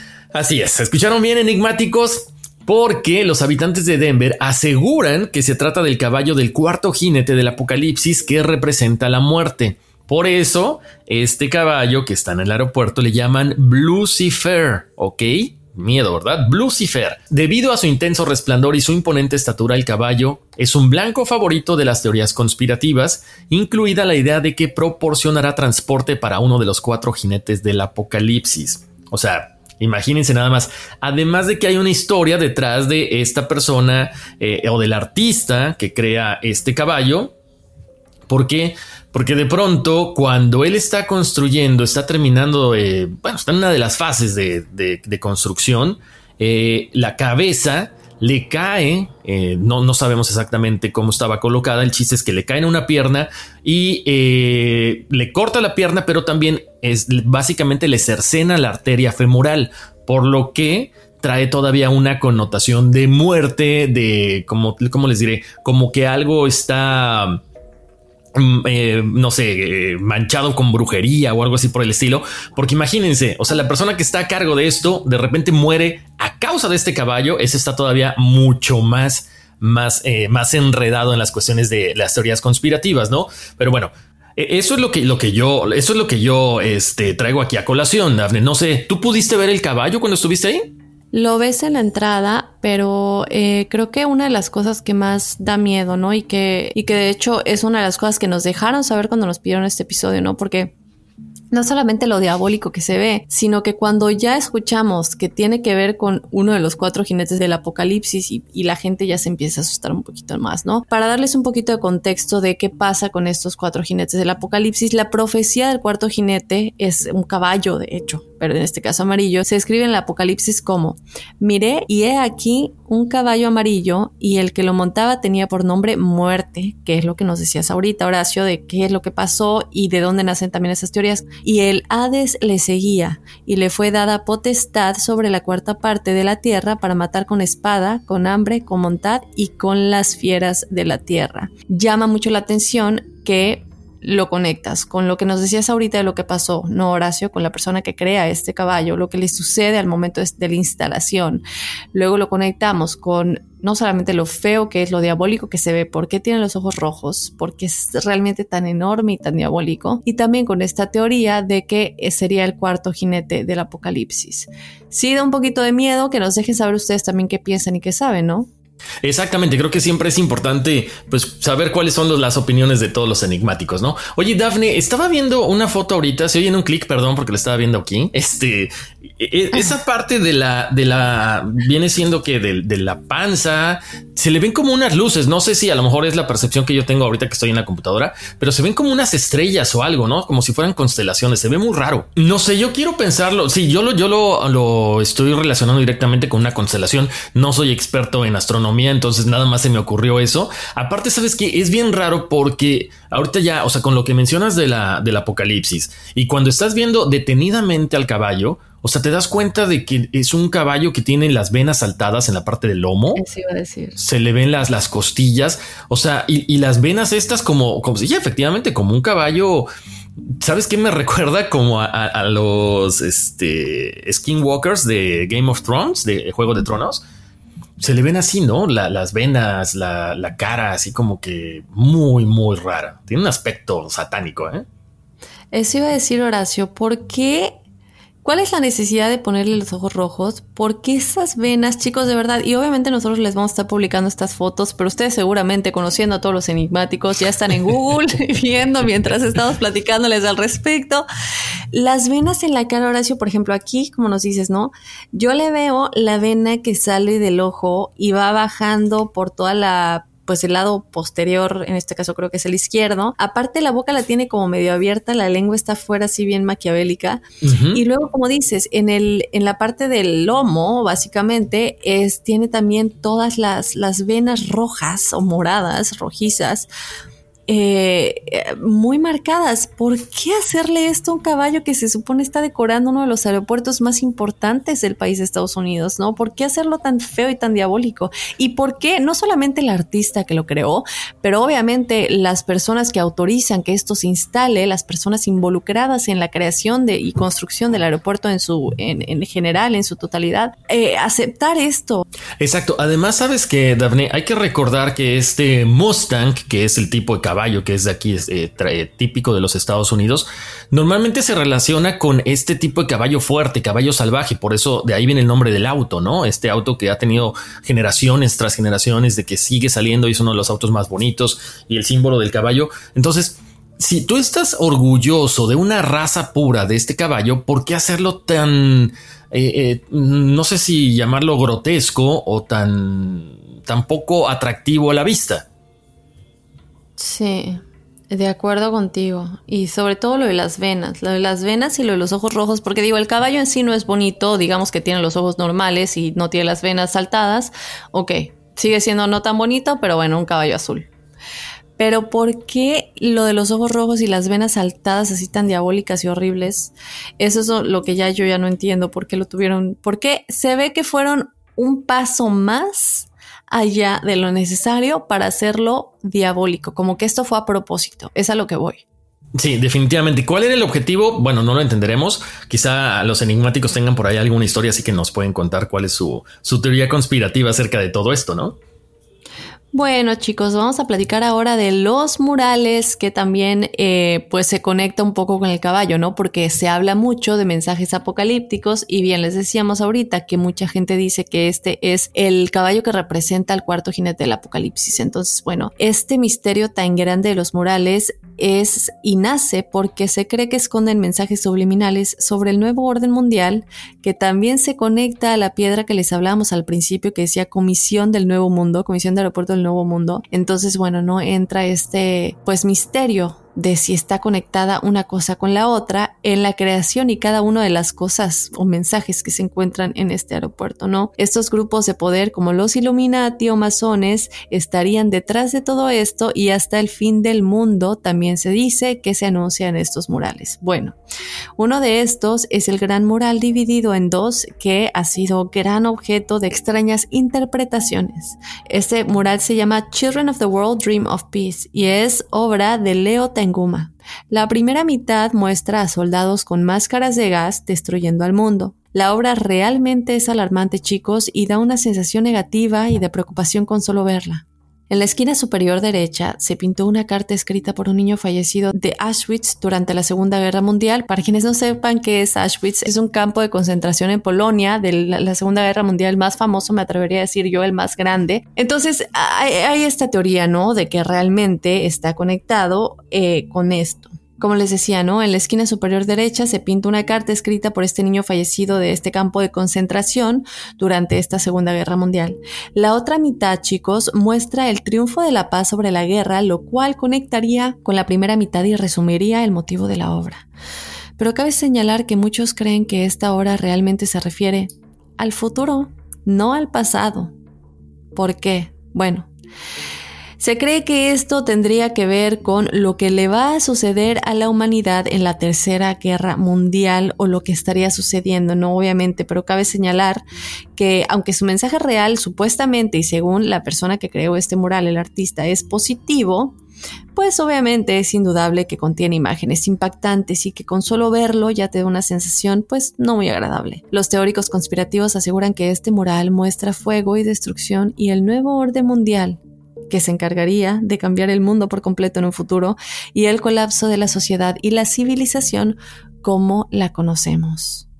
Así es, escucharon bien, enigmáticos, porque los habitantes de Denver aseguran que se trata del caballo del cuarto jinete del Apocalipsis que representa la muerte. Por eso, este caballo que está en el aeropuerto le llaman Lucifer, ¿ok? Miedo, ¿verdad? Lucifer. Debido a su intenso resplandor y su imponente estatura, el caballo es un blanco favorito de las teorías conspirativas, incluida la idea de que proporcionará transporte para uno de los cuatro jinetes del Apocalipsis. O sea, imagínense nada más. Además de que hay una historia detrás de esta persona eh, o del artista que crea este caballo. ¿Por qué? Porque de pronto cuando él está construyendo, está terminando, eh, bueno, está en una de las fases de, de, de construcción, eh, la cabeza le cae, eh, no, no sabemos exactamente cómo estaba colocada, el chiste es que le cae en una pierna y eh, le corta la pierna, pero también es, básicamente le cercena la arteria femoral, por lo que trae todavía una connotación de muerte, de, como, ¿cómo les diré? Como que algo está... Eh, no sé, eh, manchado con brujería o algo así por el estilo, porque imagínense, o sea, la persona que está a cargo de esto de repente muere a causa de este caballo. Ese está todavía mucho más, más, eh, más enredado en las cuestiones de las teorías conspirativas, ¿no? Pero bueno, eso es lo que, lo que yo, eso es lo que yo este, traigo aquí a colación, Dafne. No sé, ¿tú pudiste ver el caballo cuando estuviste ahí? Lo ves en la entrada, pero eh, creo que una de las cosas que más da miedo, ¿no? Y que, y que de hecho es una de las cosas que nos dejaron saber cuando nos pidieron este episodio, ¿no? Porque no solamente lo diabólico que se ve, sino que cuando ya escuchamos que tiene que ver con uno de los cuatro jinetes del Apocalipsis y, y la gente ya se empieza a asustar un poquito más, ¿no? Para darles un poquito de contexto de qué pasa con estos cuatro jinetes del Apocalipsis, la profecía del cuarto jinete es un caballo, de hecho, pero en este caso amarillo. Se escribe en el Apocalipsis como: miré y he aquí un caballo amarillo y el que lo montaba tenía por nombre Muerte, que es lo que nos decías ahorita, Horacio, de qué es lo que pasó y de dónde nacen también esas teorías. Y el Hades le seguía y le fue dada potestad sobre la cuarta parte de la tierra para matar con espada, con hambre, con montad y con las fieras de la tierra. Llama mucho la atención que lo conectas con lo que nos decías ahorita de lo que pasó, ¿no, Horacio? Con la persona que crea este caballo, lo que le sucede al momento de la instalación. Luego lo conectamos con no solamente lo feo que es, lo diabólico que se ve, por qué tiene los ojos rojos, por qué es realmente tan enorme y tan diabólico, y también con esta teoría de que sería el cuarto jinete del Apocalipsis. Sí da un poquito de miedo, que nos dejen saber ustedes también qué piensan y qué saben, ¿no? Exactamente, creo que siempre es importante pues saber cuáles son los, las opiniones de todos los enigmáticos, ¿no? Oye, Dafne, estaba viendo una foto ahorita, se oye en un clic, perdón, porque lo estaba viendo aquí. Este, esa parte de la, de la, viene siendo que de, de la panza, se le ven como unas luces, no sé si a lo mejor es la percepción que yo tengo ahorita que estoy en la computadora, pero se ven como unas estrellas o algo, ¿no? Como si fueran constelaciones, se ve muy raro. No sé, yo quiero pensarlo, sí, yo lo, yo lo, lo estoy relacionando directamente con una constelación, no soy experto en astronomía, entonces nada más se me ocurrió eso. Aparte, sabes que es bien raro porque ahorita ya, o sea, con lo que mencionas de la, del Apocalipsis y cuando estás viendo detenidamente al caballo, O sea, te das cuenta de que es un caballo que tiene las venas saltadas en la parte del lomo. Eso iba a decir. Se le ven las, las costillas. O sea, y, y las venas estas como, como si sí, efectivamente, como un caballo. ¿Sabes qué me recuerda? Como a, a, a los este, skinwalkers de Game of Thrones, de Juego de Tronos. Se le ven así, ¿no? La, las venas, la, la cara, así como que muy, muy rara. Tiene un aspecto satánico, ¿eh? Eso iba a decir, Horacio. ¿Por qué? ¿Cuál es la necesidad de ponerle los ojos rojos? ¿Por qué esas venas, chicos, de verdad? Y obviamente nosotros les vamos a estar publicando estas fotos, pero ustedes seguramente, conociendo a todos los enigmáticos, ya están en Google viendo mientras estamos platicándoles al respecto. Las venas en la cara, Horacio, por ejemplo, aquí, como nos dices, ¿no? Yo le veo la vena que sale del ojo y va bajando por toda la... pues el lado posterior, en este caso creo que es el izquierdo. Aparte la boca la tiene como medio abierta, la lengua está afuera así bien maquiavélica. Uh-huh. Y luego, como dices, en el en la parte del lomo, básicamente, es tiene también todas las, las venas rojas o moradas, rojizas, Eh, muy marcadas. ¿Por qué hacerle esto a un caballo que se supone está decorando uno de los aeropuertos más importantes del país de Estados Unidos, ¿no? ¿Por qué hacerlo tan feo y tan diabólico? ¿Y por qué no solamente el artista que lo creó, pero obviamente las personas que autorizan que esto se instale, las personas involucradas en la creación de, y construcción del aeropuerto en su en, en general, en su totalidad, eh, aceptar esto? Exacto. Además, ¿sabes qué, Dafne? Hay que recordar que este Mustang, que es el tipo de caballo que es de aquí, es eh, tra- típico de los Estados Unidos, normalmente se relaciona con este tipo de caballo fuerte, caballo salvaje. Por eso de ahí viene el nombre del auto, ¿no? Este auto que ha tenido generaciones tras generaciones, de que sigue saliendo y es uno de los autos más bonitos y el símbolo del caballo. Entonces, si tú estás orgulloso de una raza pura de este caballo, ¿por qué hacerlo tan, eh, eh, no sé si llamarlo grotesco o tan, tan poco atractivo a la vista? Sí, de acuerdo contigo. Y sobre todo lo de las venas, lo de las venas y lo de los ojos rojos, porque digo, el caballo en sí no es bonito, digamos que tiene los ojos normales y no tiene las venas saltadas. Ok, sigue siendo no tan bonito, pero bueno, un caballo azul. Pero ¿por qué lo de los ojos rojos y las venas saltadas así tan diabólicas y horribles? Eso es lo que ya yo ya no entiendo. ¿Por qué lo tuvieron? ¿Por qué se ve que fueron un paso más allá de lo necesario para hacerlo diabólico? Como que esto fue a propósito. Es a lo que voy. Sí, definitivamente. ¿Cuál era el objetivo? Bueno, no lo entenderemos. Quizá los enigmáticos tengan por ahí alguna historia, así que nos pueden contar cuál es su, su teoría conspirativa acerca de todo esto, ¿no? Bueno, chicos, vamos a platicar ahora de los murales, que también eh, pues se conecta un poco con el caballo, ¿no? Porque se habla mucho de mensajes apocalípticos y bien les decíamos ahorita que mucha gente dice que este es el caballo que representa al cuarto jinete del apocalipsis. Entonces, bueno, este misterio tan grande de los murales es y nace porque se cree que esconden mensajes subliminales sobre el nuevo orden mundial, que también se conecta a la piedra que les hablábamos al principio, que decía Comisión del Nuevo Mundo, Comisión de Aeropuerto del Nuevo Mundo. Entonces, bueno, no entra este pues misterio de si está conectada una cosa con la otra en la creación y cada una de las cosas o mensajes que se encuentran en este aeropuerto, ¿no? Estos grupos de poder como los Illuminati o masones estarían detrás de todo esto y hasta el fin del mundo también se dice que se anuncia en estos murales. Bueno, uno de estos es el gran mural dividido en dos que ha sido gran objeto de extrañas interpretaciones. Este mural se llama Children of the World Dream of Peace y es obra de Leo Tenguma. La primera mitad muestra a soldados con máscaras de gas destruyendo al mundo. La obra realmente es alarmante, chicos, y da una sensación negativa y de preocupación con solo verla. En la esquina superior derecha se pintó una carta escrita por un niño fallecido de Auschwitz durante la Segunda Guerra Mundial. Para quienes no sepan qué es Auschwitz, es un campo de concentración en Polonia de la, la Segunda Guerra Mundial más famoso, me atrevería a decir yo, el más grande. Entonces hay, hay esta teoría, ¿no?, de que realmente está conectado eh, con esto. Como les decía, ¿no? En la esquina superior derecha se pinta una carta escrita por este niño fallecido de este campo de concentración durante esta Segunda Guerra Mundial. La otra mitad, chicos, muestra el triunfo de la paz sobre la guerra, lo cual conectaría con la primera mitad y resumiría el motivo de la obra. Pero cabe señalar que muchos creen que esta obra realmente se refiere al futuro, no al pasado. ¿Por qué? Bueno, Se cree que esto tendría que ver con lo que le va a suceder a la humanidad en la Tercera Guerra Mundial o lo que estaría sucediendo, no obviamente, pero cabe señalar que aunque su mensaje real supuestamente y según la persona que creó este mural, el artista, es positivo, pues obviamente es indudable que contiene imágenes impactantes y que con solo verlo ya te da una sensación pues no muy agradable. Los teóricos conspirativos aseguran que este mural muestra fuego y destrucción y el nuevo orden mundial que se encargaría de cambiar el mundo por completo en un futuro y el colapso de la sociedad y la civilización como la conocemos.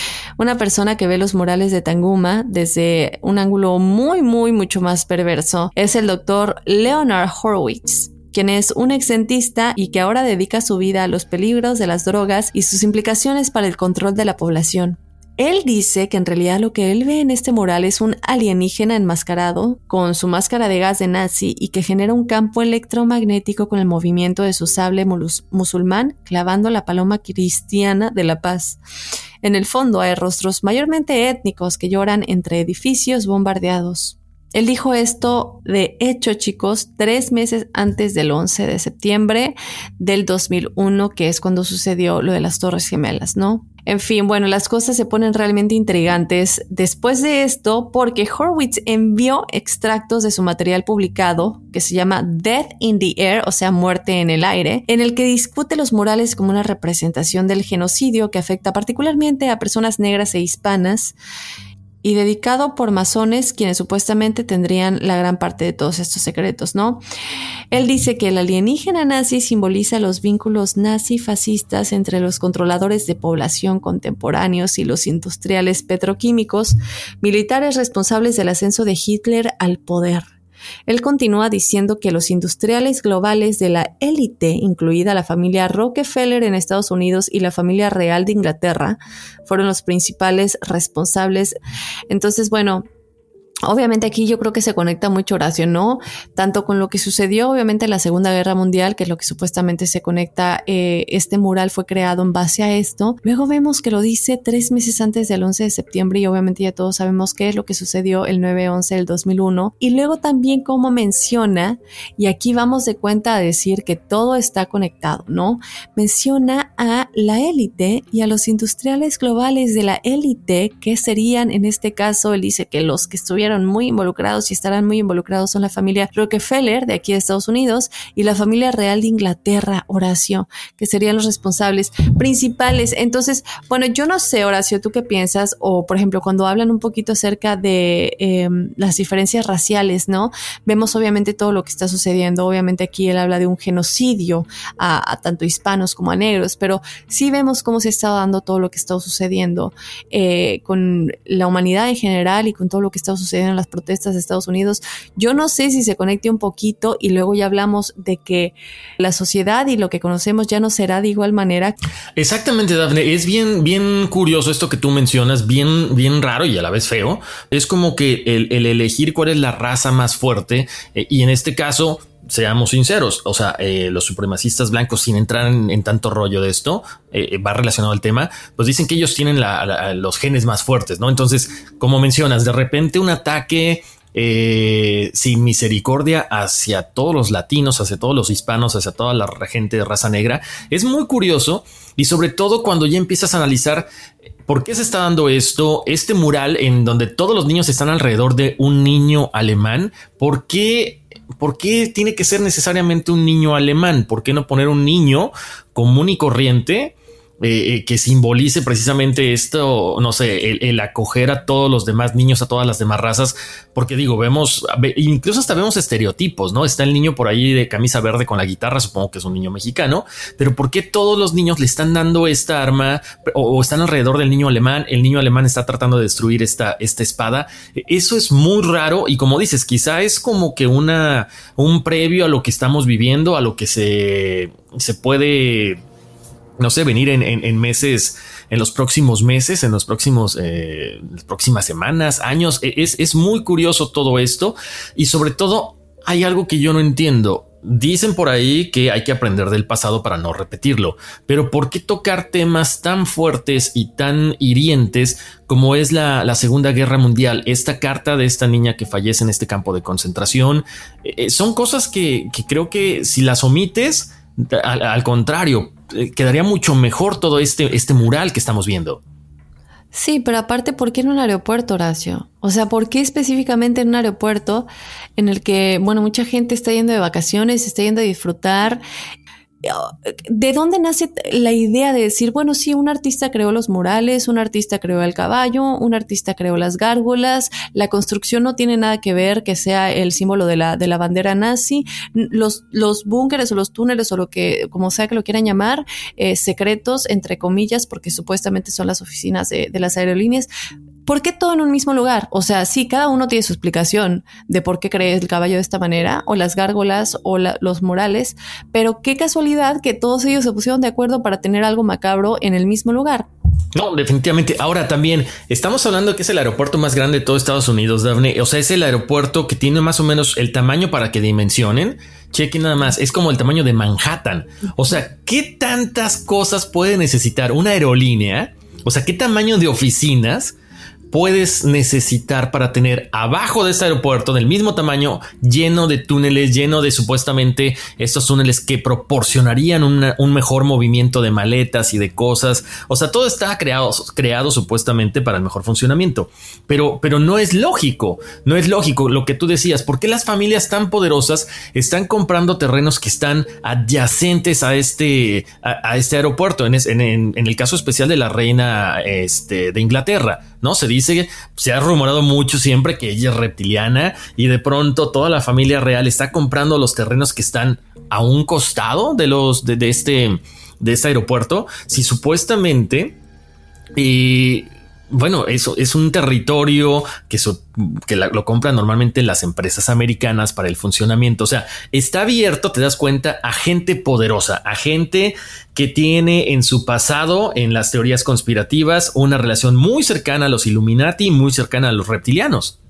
Una persona que ve los murales de Tanguma desde un ángulo muy, muy, mucho más perverso es el doctor Leonard Horowitz, quien es un exdentista y que ahora dedica su vida a los peligros de las drogas y sus implicaciones para el control de la población. Él dice que en realidad lo que él ve en este mural es un alienígena enmascarado con su máscara de gas de nazi y que genera un campo electromagnético con el movimiento de su sable mus- musulmán clavando la paloma cristiana de la paz. En el fondo hay rostros mayormente étnicos que lloran entre edificios bombardeados. Él dijo esto, de hecho, chicos, tres meses antes del once de septiembre del dos mil uno, que es cuando sucedió lo de las Torres Gemelas, ¿no? En fin, bueno, las cosas se ponen realmente intrigantes después de esto porque Horowitz envió extractos de su material publicado que se llama Death in the Air, o sea, muerte en el aire, en el que discute los murales como una representación del genocidio que afecta particularmente a personas negras e hispanas, y dedicado por masones quienes supuestamente tendrían la gran parte de todos estos secretos, ¿no? Él dice que el alienígena nazi simboliza los vínculos nazi-fascistas entre los controladores de población contemporáneos y los industriales petroquímicos, militares responsables del ascenso de Hitler al poder. Él continúa diciendo que los industriales globales de la élite, incluida la familia Rockefeller en Estados Unidos y la familia real de Inglaterra, fueron los principales responsables. Entonces, bueno, obviamente aquí yo creo que se conecta mucho, Horacio, ¿no? Tanto con lo que sucedió obviamente en la Segunda Guerra Mundial, que es lo que supuestamente se conecta, eh, este mural fue creado en base a esto. Luego vemos que lo dice tres meses antes del once de septiembre y obviamente ya todos sabemos qué es lo que sucedió el nueve once del dos mil uno. Y luego también como menciona, y aquí vamos de cuenta a decir que todo está conectado, ¿no? Menciona a la élite y a los industriales globales de la élite, que serían en este caso, él dice que los que estuvieron muy involucrados y estarán muy involucrados son la familia Rockefeller de aquí de Estados Unidos y la familia real de Inglaterra, Horacio, que serían los responsables principales. Entonces, bueno, yo no sé, Horacio, ¿tú qué piensas? O, por ejemplo, cuando hablan un poquito acerca de eh, las diferencias raciales, ¿no? Vemos obviamente todo lo que está sucediendo. Obviamente aquí él habla de un genocidio a, a tanto hispanos como a negros, pero sí vemos cómo se está dando todo lo que está sucediendo eh, con la humanidad en general y con todo lo que está sucediendo en las protestas de Estados Unidos. Yo no sé si se conecte un poquito y luego ya hablamos de que la sociedad y lo que conocemos ya no será de igual manera. Exactamente, Dafne. Es bien, bien curioso esto que tú mencionas, bien, bien raro y a la vez feo. Es como que el, el elegir cuál es la raza más fuerte eh, y en este caso, seamos sinceros, o sea, eh, los supremacistas blancos, sin entrar en, en tanto rollo de esto, eh, va relacionado al tema, pues dicen que ellos tienen la, la, los genes más fuertes, ¿no? Entonces, como mencionas, de repente un ataque eh, sin misericordia hacia todos los latinos, hacia todos los hispanos, hacia toda la gente de raza negra, es muy curioso y sobre todo cuando ya empiezas a analizar por qué se está dando esto, este mural en donde todos los niños están alrededor de un niño alemán, ¿por qué? ¿Por qué tiene que ser necesariamente un niño alemán? ¿Por qué no poner un niño común y corriente eh, que simbolice precisamente esto, no sé, el, el acoger a todos los demás niños, a todas las demás razas? Porque digo, vemos, incluso hasta vemos estereotipos, ¿no? Está el niño por ahí de camisa verde con la guitarra, supongo que es un niño mexicano, pero ¿por qué todos los niños le están dando esta arma o, o están alrededor del niño alemán? El niño alemán está tratando de destruir esta, esta espada. Eso es muy raro y como dices, quizá es como que una, un previo a lo que estamos viviendo, a lo que se, se puede, no sé, venir en, en, en meses, en los próximos meses, en los próximos, eh, las próximas semanas, años. Es, es muy curioso todo esto y sobre todo hay algo que yo no entiendo. dicen por ahí que hay que aprender del pasado para no repetirlo, pero ¿por qué tocar temas tan fuertes y tan hirientes como es la, la Segunda Guerra Mundial? Esta carta de esta niña que fallece en este campo de concentración, eh, son cosas que, que creo que si las omites, al, al contrario, eh, quedaría mucho mejor todo este, este mural que estamos viendo. Sí, pero aparte, ¿por qué en un aeropuerto, Horacio? O sea, ¿por qué específicamente en un aeropuerto en el que, bueno, mucha gente está yendo de vacaciones, está yendo a disfrutar? ¿De dónde nace la idea de decir, bueno, sí, un artista creó los murales, un artista creó el caballo, un artista creó las gárgolas, la construcción no tiene nada que ver que sea el símbolo de la, de la bandera nazi, los, los búnkeres o los túneles o lo que, como sea que lo quieran llamar, eh, secretos, entre comillas, porque supuestamente son las oficinas de, de las aerolíneas? ¿Por qué todo en un mismo lugar? O sea, sí, cada uno tiene su explicación de por qué cree el caballo de esta manera, o las gárgolas, o la, los murales, pero qué casualidad que todos ellos se pusieron de acuerdo para tener algo macabro en el mismo lugar. No, definitivamente. Ahora también estamos hablando que es el aeropuerto más grande de todo Estados Unidos, Dafne. O sea, es el aeropuerto que tiene más o menos el tamaño para que dimensionen. Chequen nada más, es como el tamaño de Manhattan. O sea, ¿qué tantas cosas puede necesitar una aerolínea? O sea, ¿qué tamaño de oficinas puedes necesitar para tener abajo de este aeropuerto del mismo tamaño, lleno de túneles, lleno de supuestamente estos túneles que proporcionarían una, un mejor movimiento de maletas y de cosas? O sea, todo está creado, creado supuestamente para el mejor funcionamiento, pero, pero no es lógico, no es lógico lo que tú decías. ¿Por qué las familias tan poderosas están comprando terrenos que están adyacentes a este, a, a este aeropuerto? En, en, en el caso especial de la reina este, de Inglaterra, ¿no? Se dice, se ha rumorado mucho siempre que ella es reptiliana y de pronto toda la familia real está comprando los terrenos que están a un costado de los de, de este de este aeropuerto. Si supuestamente y bueno, eso es un territorio que, so, que la, lo compran normalmente las empresas americanas para el funcionamiento. O sea, está abierto, te das cuenta, a gente poderosa, a gente que tiene en su pasado, en las teorías conspirativas, una relación muy cercana a los Illuminati, muy cercana a los reptilianos.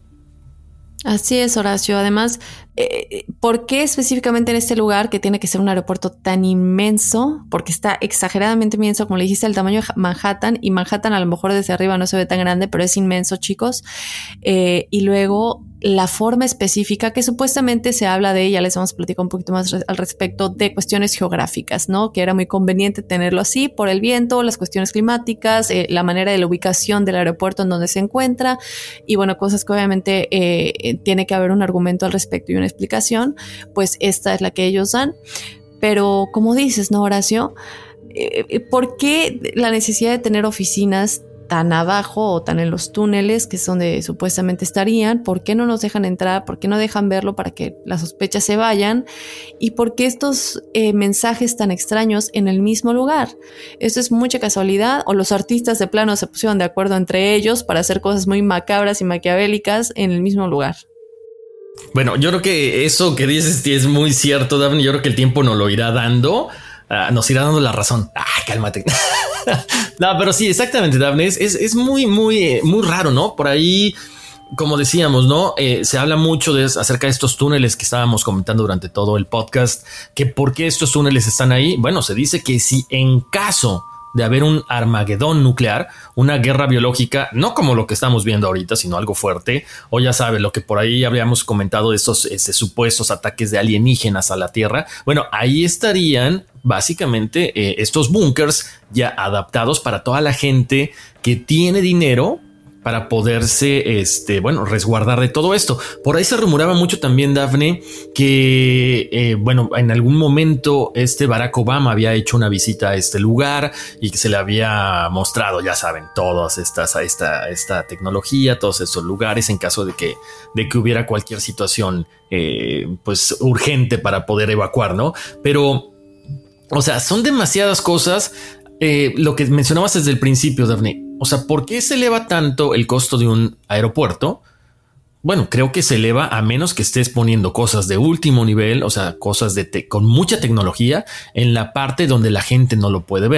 Así es, Horacio. Además, eh, ¿por qué específicamente en este lugar que tiene que ser un aeropuerto tan inmenso? Porque está exageradamente inmenso, como le dijiste, el tamaño de Manhattan, y Manhattan a lo mejor desde arriba no se ve tan grande, pero es inmenso, chicos. Eh, y luego la forma específica que supuestamente se habla de, ya les vamos a platicar un poquito más al respecto, de cuestiones geográficas, ¿no? Que era muy conveniente tenerlo así por el viento, las cuestiones climáticas, eh, la manera de la ubicación del aeropuerto en donde se encuentra, y bueno, cosas que obviamente eh, tiene que haber un argumento al respecto y una explicación. Pues esta es la que ellos dan. Pero como dices, ¿no, Horacio? Eh, ¿por qué la necesidad de tener oficinas tan abajo o tan en los túneles, que es donde supuestamente estarían? ¿Por qué no nos dejan entrar? ¿Por qué no dejan verlo para que las sospechas se vayan? ¿Y por qué estos eh, mensajes tan extraños en el mismo lugar? ¿Esto es mucha casualidad o los artistas de plano se pusieron de acuerdo entre ellos para hacer cosas muy macabras y maquiavélicas en el mismo lugar? Bueno, yo creo que eso que dices es muy cierto, Daphne. Yo creo que el tiempo nos lo irá dando. Uh, nos irá dando la razón. Ah, cálmate. No, pero sí, exactamente, Daphne. Es, es, es muy, muy, muy raro, ¿no? Por ahí, como decíamos, ¿no? Eh, se habla mucho de, acerca de estos túneles que estábamos comentando durante todo el podcast. Que por qué estos túneles están ahí. Bueno, se dice que si en caso de haber un Armagedón nuclear, una guerra biológica, no como lo que estamos viendo ahorita, sino algo fuerte, o ya sabes, lo que por ahí habíamos comentado de estos este, supuestos ataques de alienígenas a la Tierra. Bueno, ahí estarían básicamente eh, estos búnkers ya adaptados para toda la gente que tiene dinero para poderse, este, bueno, resguardar de todo esto. Por ahí se rumoraba mucho también, Daphne, que, eh, bueno, en algún momento este Barack Obama había hecho una visita a este lugar y que se le había mostrado, ya saben, todas estas, esta, esta tecnología, todos estos lugares en caso de que, de que hubiera cualquier situación, eh, pues, urgente para poder evacuar, ¿no? Pero, o sea, son demasiadas cosas. Eh, lo que mencionabas desde el principio, Daphne. O sea, ¿por qué se eleva tanto el costo de un aeropuerto? Bueno, creo que se eleva a menos que estés poniendo cosas de último nivel, o sea, cosas de te- con mucha tecnología en la parte donde la gente no lo puede ver,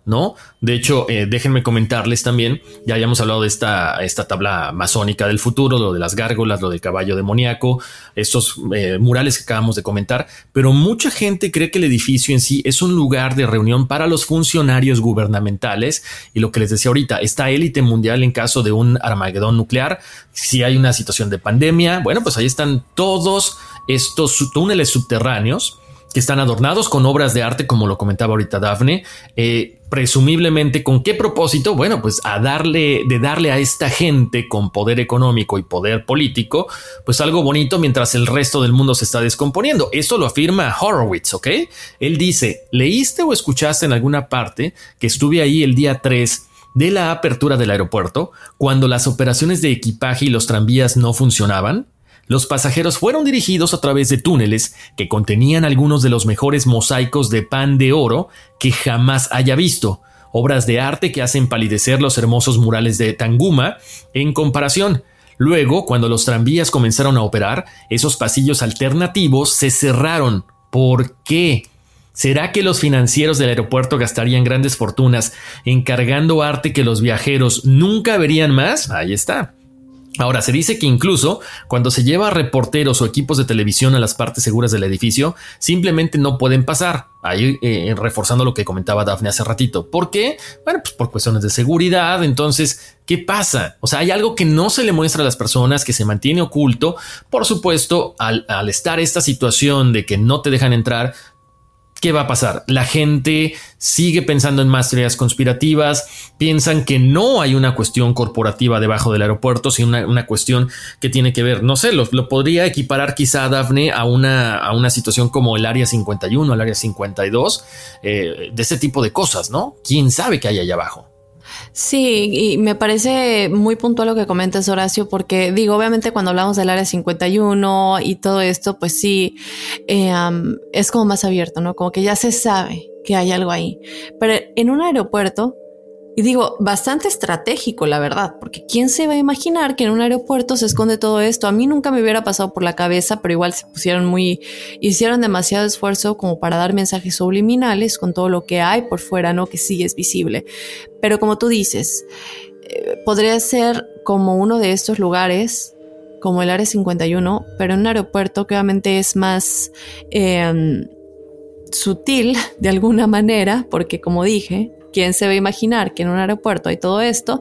¿no? De hecho, eh, déjenme comentarles también, ya habíamos hablado de esta, esta tabla masónica del futuro, lo de las gárgolas, lo del caballo demoníaco, estos eh, murales que acabamos de comentar, pero mucha gente cree que el edificio en sí es un lugar de reunión para los funcionarios gubernamentales y lo que les decía ahorita, esta élite mundial en caso de un Armagedón nuclear, si hay una situación de pandemia, bueno, pues ahí están todos estos túneles subterráneos que están adornados con obras de arte, como lo comentaba ahorita Dafne, eh, presumiblemente ¿con qué propósito? Bueno, pues a darle, de darle a esta gente con poder económico y poder político, pues algo bonito mientras el resto del mundo se está descomponiendo. Esto lo afirma Horowitz, ¿ok? Él dice, ¿leíste o escuchaste en alguna parte que estuve ahí el día tres de la apertura del aeropuerto cuando las operaciones de equipaje y los tranvías no funcionaban? Los pasajeros fueron dirigidos a través de túneles que contenían algunos de los mejores mosaicos de pan de oro que jamás haya visto, obras de arte que hacen palidecer los hermosos murales de Tanguma en comparación. Luego, cuando los tranvías comenzaron a operar, esos pasillos alternativos se cerraron. ¿Por qué? ¿Será que los financieros del aeropuerto gastarían grandes fortunas encargando arte que los viajeros nunca verían más? Ahí está. Ahora, se dice que incluso cuando se lleva a reporteros o equipos de televisión a las partes seguras del edificio, simplemente no pueden pasar. Ahí eh, reforzando lo que comentaba Dafne hace ratito. ¿Por qué? Bueno, pues por cuestiones de seguridad. Entonces, ¿qué pasa? O sea, hay algo que no se le muestra a las personas, que se mantiene oculto. Por supuesto, al, al estar esta situación de que no te dejan entrar, ¿qué va a pasar? La gente sigue pensando en más teorías conspirativas, piensan que no hay una cuestión corporativa debajo del aeropuerto, sino una, una cuestión que tiene que ver, no sé, lo, lo podría equiparar quizá Dafne a una, a una situación como el Área cincuenta y uno, el Área cincuenta y dos, eh, de ese tipo de cosas, ¿no? ¿Quién sabe qué hay allá abajo? Sí, y me parece muy puntual lo que comentas, Horacio, porque digo, obviamente cuando hablamos del Área cincuenta y uno y todo esto, pues sí, eh, um, es como más abierto, ¿no? Como que ya se sabe que hay algo ahí. Pero en un aeropuerto, y digo, bastante estratégico, la verdad, porque ¿quién se va a imaginar que en un aeropuerto se esconde todo esto? A mí nunca me hubiera pasado por la cabeza, pero igual se pusieron muy, hicieron demasiado esfuerzo como para dar mensajes subliminales con todo lo que hay por fuera, ¿no? Que sí es visible. Pero como tú dices, eh, podría ser como uno de estos lugares, como el Área cincuenta y uno, pero en un aeropuerto que obviamente es más eh, sutil de alguna manera, porque como dije, ¿quién se va a imaginar que en un aeropuerto hay todo esto?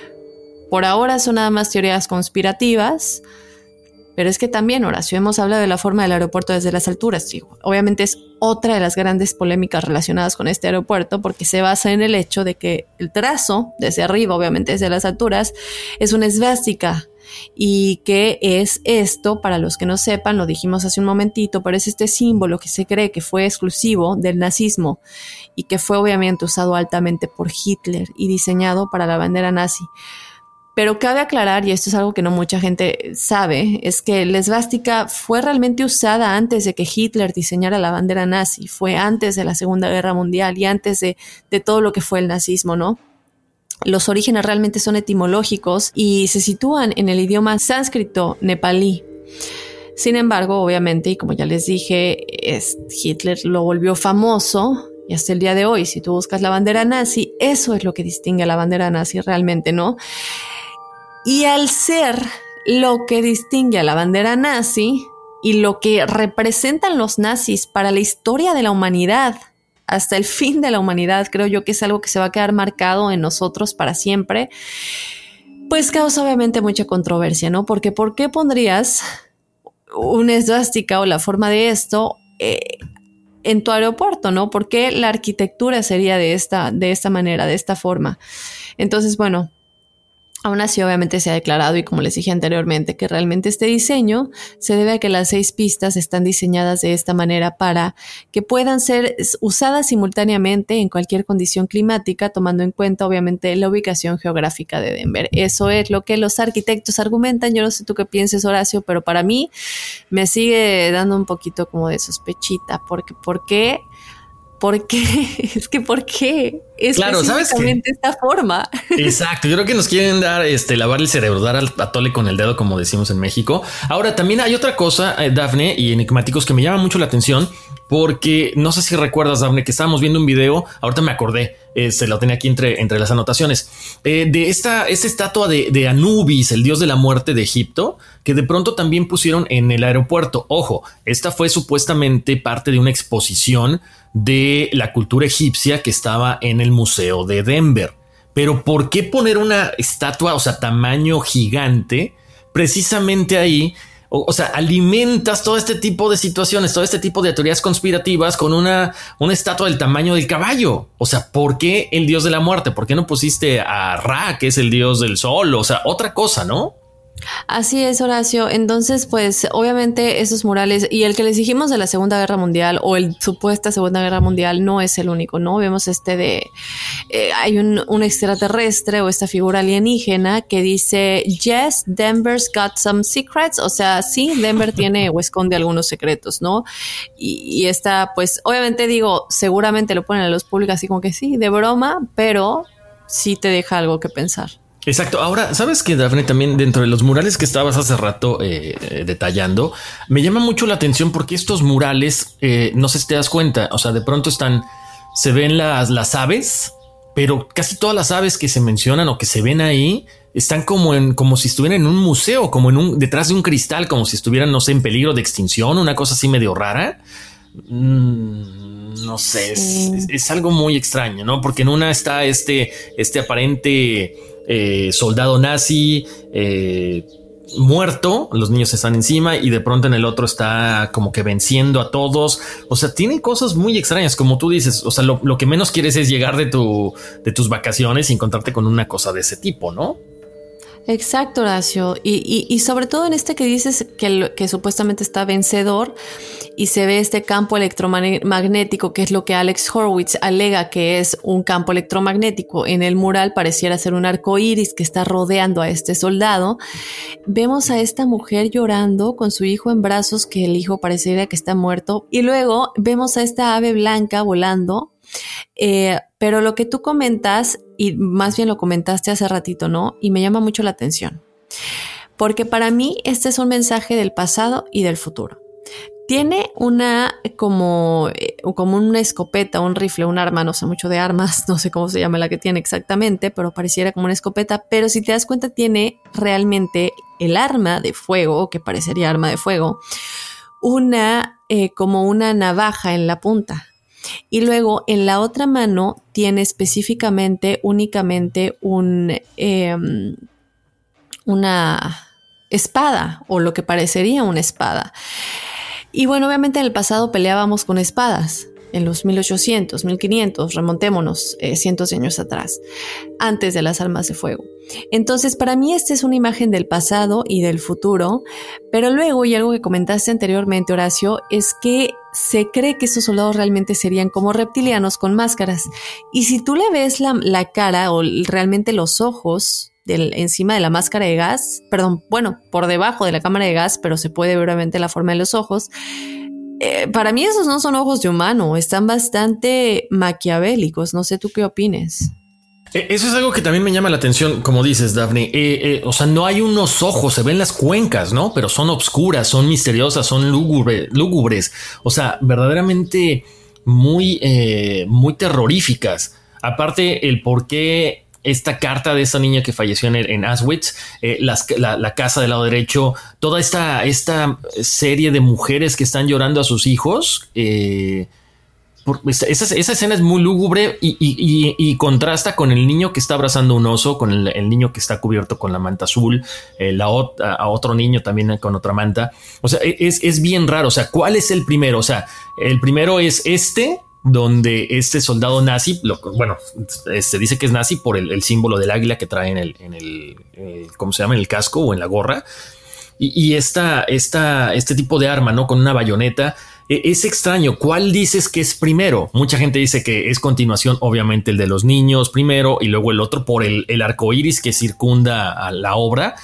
Por ahora son nada más teorías conspirativas, pero es que también, Horacio, hemos hablado de la forma del aeropuerto desde las alturas. Digo, obviamente es otra de las grandes polémicas relacionadas con este aeropuerto, porque se basa en el hecho de que el trazo desde arriba, obviamente desde las alturas, es una esvástica. ¿Y qué es esto? Para los que no sepan, lo dijimos hace un momentito, pero es este símbolo que se cree que fue exclusivo del nazismo y que fue obviamente usado altamente por Hitler y diseñado para la bandera nazi. Pero cabe aclarar, y esto es algo que no mucha gente sabe, es que la esvástica fue realmente usada antes de que Hitler diseñara la bandera nazi, fue antes de la Segunda Guerra Mundial y antes de, de todo lo que fue el nazismo, ¿no? Los orígenes realmente son etimológicos y se sitúan en el idioma sánscrito nepalí. Sin embargo, obviamente, y como ya les dije, es, Hitler lo volvió famoso y hasta el día de hoy, si tú buscas la bandera nazi, eso es lo que distingue a la bandera nazi realmente, ¿no? Y al ser lo que distingue a la bandera nazi y lo que representan los nazis para la historia de la humanidad, hasta el fin de la humanidad, creo yo que es algo que se va a quedar marcado en nosotros para siempre, pues causa obviamente mucha controversia, ¿no? Porque ¿por qué pondrías una esvástica o la forma de esto eh, en tu aeropuerto, ¿no? ¿Por qué la arquitectura sería de esta, de esta manera, de esta forma? Entonces, bueno, aún así, obviamente se ha declarado, y como les dije anteriormente, que realmente este diseño se debe a que las seis pistas están diseñadas de esta manera para que puedan ser usadas simultáneamente en cualquier condición climática, tomando en cuenta, obviamente, la ubicación geográfica de Denver. Eso es lo que los arquitectos argumentan. Yo no sé tú qué pienses, Horacio, pero para mí me sigue dando un poquito como de sospechita, porque ¿por qué ¿por qué? Es que ¿por qué? Claro, ¿sabes qué? Esta forma. Exacto, yo creo que nos quieren dar, este, lavar el cerebro, dar al atole con el dedo, como decimos en México. Ahora, también hay otra cosa, eh, Dafne y enigmáticos, que me llama mucho la atención, porque no sé si recuerdas, Dafne, que estábamos viendo un video, ahorita me acordé, eh, se lo tenía aquí entre, entre las anotaciones, eh, de esta, esta estatua de, de Anubis, el dios de la muerte de Egipto, que de pronto también pusieron en el aeropuerto. Ojo, esta fue supuestamente parte de una exposición de la cultura egipcia que estaba en el Museo de Denver. Pero ¿por qué poner una estatua, o sea, tamaño gigante, precisamente ahí? O, o sea, alimentas todo este tipo de situaciones, todo este tipo de teorías conspirativas con una, una estatua del tamaño del caballo. O sea, ¿por qué el dios de la muerte? ¿Por qué no pusiste a Ra, que es el dios del sol? O sea, otra cosa, ¿no? Así es, Horacio. Entonces, pues obviamente esos murales y el que les dijimos de la Segunda Guerra Mundial o el supuesta Segunda Guerra Mundial no es el único, ¿no? Vemos este de eh, hay un, un extraterrestre o esta figura alienígena que dice yes, Denver's got some secrets. O sea, sí, Denver tiene o esconde algunos secretos, ¿no? Y, y esta, pues obviamente digo, seguramente lo ponen a la luz pública así como que sí, de broma, pero sí te deja algo que pensar. Exacto. Ahora, ¿sabes qué, Dafne? También dentro de los murales que estabas hace rato eh, eh, detallando, me llama mucho la atención porque estos murales, eh, no sé si te das cuenta, o sea, de pronto están, se ven las, las aves, pero casi todas las aves que se mencionan o que se ven ahí están como en, como si estuvieran en un museo, como en un, detrás de un cristal, como si estuvieran, no sé, en peligro de extinción, una cosa así medio rara. Mm, no sé, sí. es, es algo muy extraño, ¿no? Porque en una está este, este aparente Eh, soldado nazi eh, muerto, los niños están encima y de pronto en el otro está como que venciendo a todos. O sea, tiene cosas muy extrañas, como tú dices. O sea, lo, lo que menos quieres es llegar de tu de tus vacaciones y encontrarte con una cosa de ese tipo, ¿no? Exacto, Horacio. Y, y, y sobre todo en este que dices que, que supuestamente está vencedor y se ve este campo electromagnético, que es lo que Alex Horowitz alega que es un campo electromagnético. En el mural pareciera ser un arco iris que está rodeando a este soldado. Vemos a esta mujer llorando con su hijo en brazos, que el hijo pareciera que está muerto. Y luego vemos a esta ave blanca volando. Eh, pero lo que tú comentas, y más bien lo comentaste hace ratito, ¿no? Y me llama mucho la atención, porque para mí este es un mensaje del pasado y del futuro. Tiene una como, como una escopeta, un rifle, un arma, no sé mucho de armas, no sé cómo se llama la que tiene exactamente, pero pareciera como una escopeta, pero si te das cuenta tiene realmente el arma de fuego, que parecería arma de fuego, una eh, como una navaja en la punta. Y luego en la otra mano tiene específicamente únicamente un, eh, una espada, o lo que parecería una espada. Y bueno, obviamente en el pasado peleábamos con espadas, en los mil ochocientos, mil quinientos, remontémonos eh, cientos de años atrás, antes de las armas de fuego. Entonces, para mí esta es una imagen del pasado y del futuro, pero luego, y algo que comentaste anteriormente, Horacio, es que se cree que estos soldados realmente serían como reptilianos con máscaras. Y si tú le ves la, la cara o realmente los ojos del, encima de la máscara de gas, perdón, bueno, por debajo de la cámara de gas, pero se puede ver obviamente la forma de los ojos. Eh, para mí esos no son ojos de humano, están bastante maquiavélicos. No sé tú qué opines. Eso es algo que también me llama la atención, como dices, Dafne. Eh, eh, o sea, no hay unos ojos, se ven las cuencas, ¿no? Pero son obscuras, son misteriosas, son lúgubre, lúgubres. O sea, verdaderamente muy, eh, muy terroríficas. Aparte, el por qué esta carta de esta niña que falleció en, en Auschwitz, eh, las, la, la casa del lado derecho, toda esta, esta serie de mujeres que están llorando a sus hijos. Eh, Por, esa, esa escena es muy lúgubre y, y, y, y contrasta con el niño que está abrazando un oso, con el, el niño que está cubierto con la manta azul, eh, la, a, a otro niño también con otra manta. O sea, es, es bien raro. O sea, ¿cuál es el primero? O sea, el primero es este, donde este soldado nazi, lo, bueno, se dice que es nazi por el, el símbolo del águila que trae en el, en el eh, ¿cómo se llama? En el casco o en la gorra. Y, y esta, esta, este tipo de arma, ¿no? Con una bayoneta. Es extraño. ¿Cuál dices que es primero? Mucha gente dice que es continuación, obviamente, el de los niños primero y luego el otro por el, el arco iris que circunda a la obra.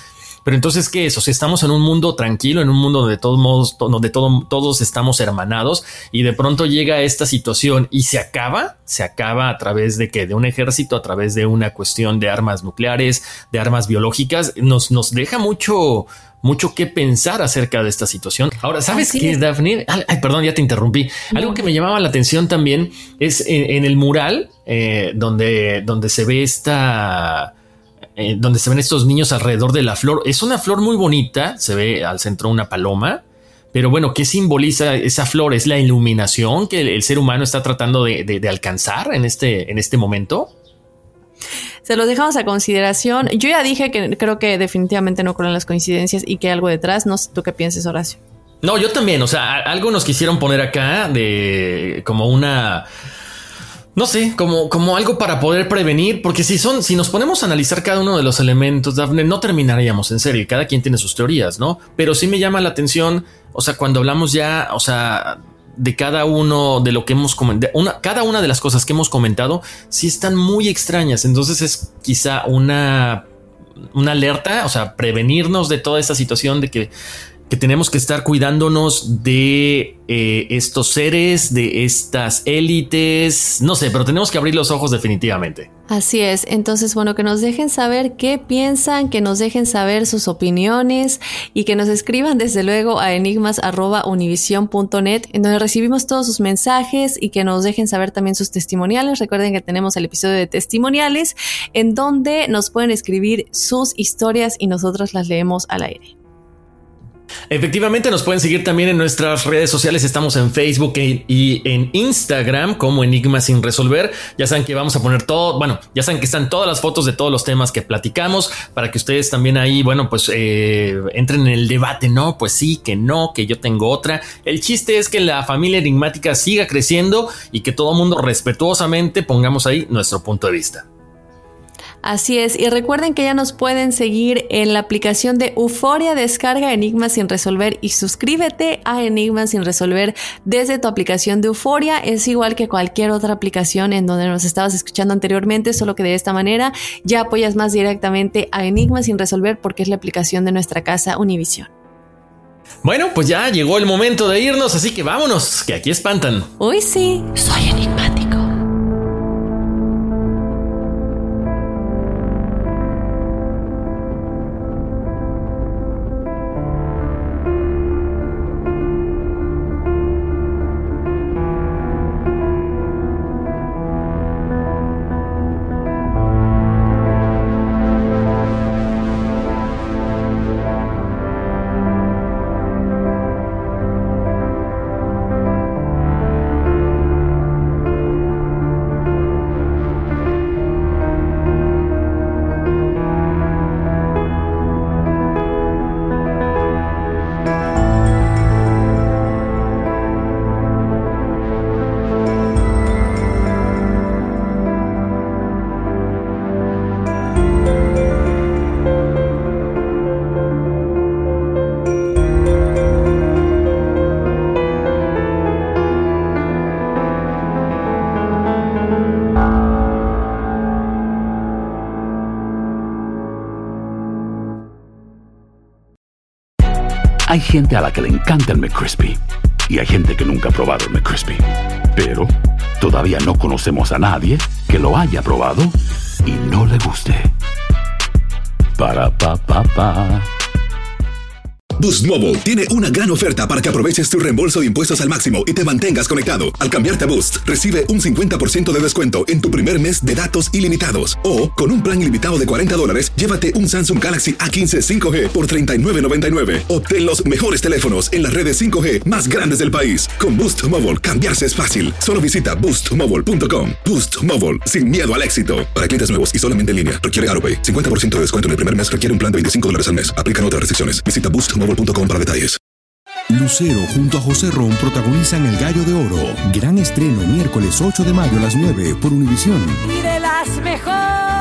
Pero entonces, ¿qué es? O sea, estamos en un mundo tranquilo, en un mundo donde todos modos, donde todo, todos estamos hermanados, y de pronto llega esta situación y se acaba, se acaba a través de que de un ejército, a través de una cuestión de armas nucleares, de armas biológicas. Nos, nos deja mucho, mucho que pensar acerca de esta situación. Ahora, ¿sabes Así qué, es. Daphne? Ay, perdón, ya te interrumpí. No. Algo que me llamaba la atención también es en, en el mural eh, donde, donde se ve esta... Eh, donde se ven estos niños alrededor de la flor. Es una flor muy bonita, se ve al centro una paloma, pero bueno, ¿qué simboliza esa flor? ¿Es la iluminación que el, el ser humano está tratando de, de, de alcanzar en este, en este momento? Se los dejamos a consideración. Yo ya dije que creo que definitivamente no creo en las coincidencias y que hay algo detrás. No sé tú qué pienses, Horacio. No, yo también. O sea, algo nos quisieron poner acá de como una... No sé, como, como algo para poder prevenir, porque si son, si nos ponemos a analizar cada uno de los elementos, Daphne, no terminaríamos en serio. Cada quien tiene sus teorías, ¿no? Pero sí me llama la atención, o sea, cuando hablamos ya, o sea, de cada uno de lo que hemos comentado, una, cada una de las cosas que hemos comentado, sí están muy extrañas. Entonces es quizá una, una alerta, o sea, prevenirnos de toda esta situación de que que tenemos que estar cuidándonos de eh, estos seres, de estas élites, no sé, pero tenemos que abrir los ojos definitivamente. Así es, entonces bueno, que nos dejen saber qué piensan, que nos dejen saber sus opiniones y que nos escriban desde luego a enigmas arroba univision punto net, en donde recibimos todos sus mensajes, y que nos dejen saber también sus testimoniales. Recuerden que tenemos el episodio de testimoniales en donde nos pueden escribir sus historias y nosotros las leemos al aire. Efectivamente, nos pueden seguir también en nuestras redes sociales. Estamos en Facebook y en Instagram como Enigmas sin resolver. Ya saben que vamos a poner todo, bueno, ya saben que están todas las fotos de todos los temas que platicamos, para que ustedes también ahí, bueno, pues eh, entren en el debate, ¿no? Pues sí, que no, que yo tengo otra. El chiste es que la familia enigmática siga creciendo y que todo mundo respetuosamente pongamos ahí nuestro punto de vista. Así es, y recuerden que ya nos pueden seguir en la aplicación de Euforia. Descarga Enigmas sin resolver y suscríbete a Enigmas sin resolver desde tu aplicación de Euforia. Es igual que cualquier otra aplicación en donde nos estabas escuchando anteriormente, solo que de esta manera ya apoyas más directamente a Enigmas sin resolver, porque es la aplicación de nuestra casa Univision. Bueno, pues ya llegó el momento de irnos, así que vámonos, que aquí espantan. Uy, sí. Soy enigmático. Hay gente a la que le encanta el McCrispy y hay gente que nunca ha probado el McCrispy. Pero todavía no conocemos a nadie que lo haya probado y no le guste. Para pa pa pa. Boost Mobile tiene una gran oferta para que aproveches tu reembolso de impuestos al máximo y te mantengas conectado. Al cambiarte a Boost, recibe un cincuenta por ciento de descuento en tu primer mes de datos ilimitados. O, con un plan ilimitado de cuarenta dólares, llévate un Samsung Galaxy A quince cinco G por treinta y nueve noventa y nueve. Obtén los mejores teléfonos en las redes cinco G más grandes del país. Con Boost Mobile, cambiarse es fácil. Solo visita boost mobile punto com. Boost Mobile, sin miedo al éxito. Para clientes nuevos y solamente en línea, requiere AutoPay. cincuenta por ciento de descuento en el primer mes requiere un plan de veinticinco dólares al mes. Aplican otras restricciones. Visita boost mobile punto com para detalles. Lucero junto a José Ron protagonizan El Gallo de Oro. Gran estreno miércoles ocho de mayo a las nueve por Univisión. Y de las mejores.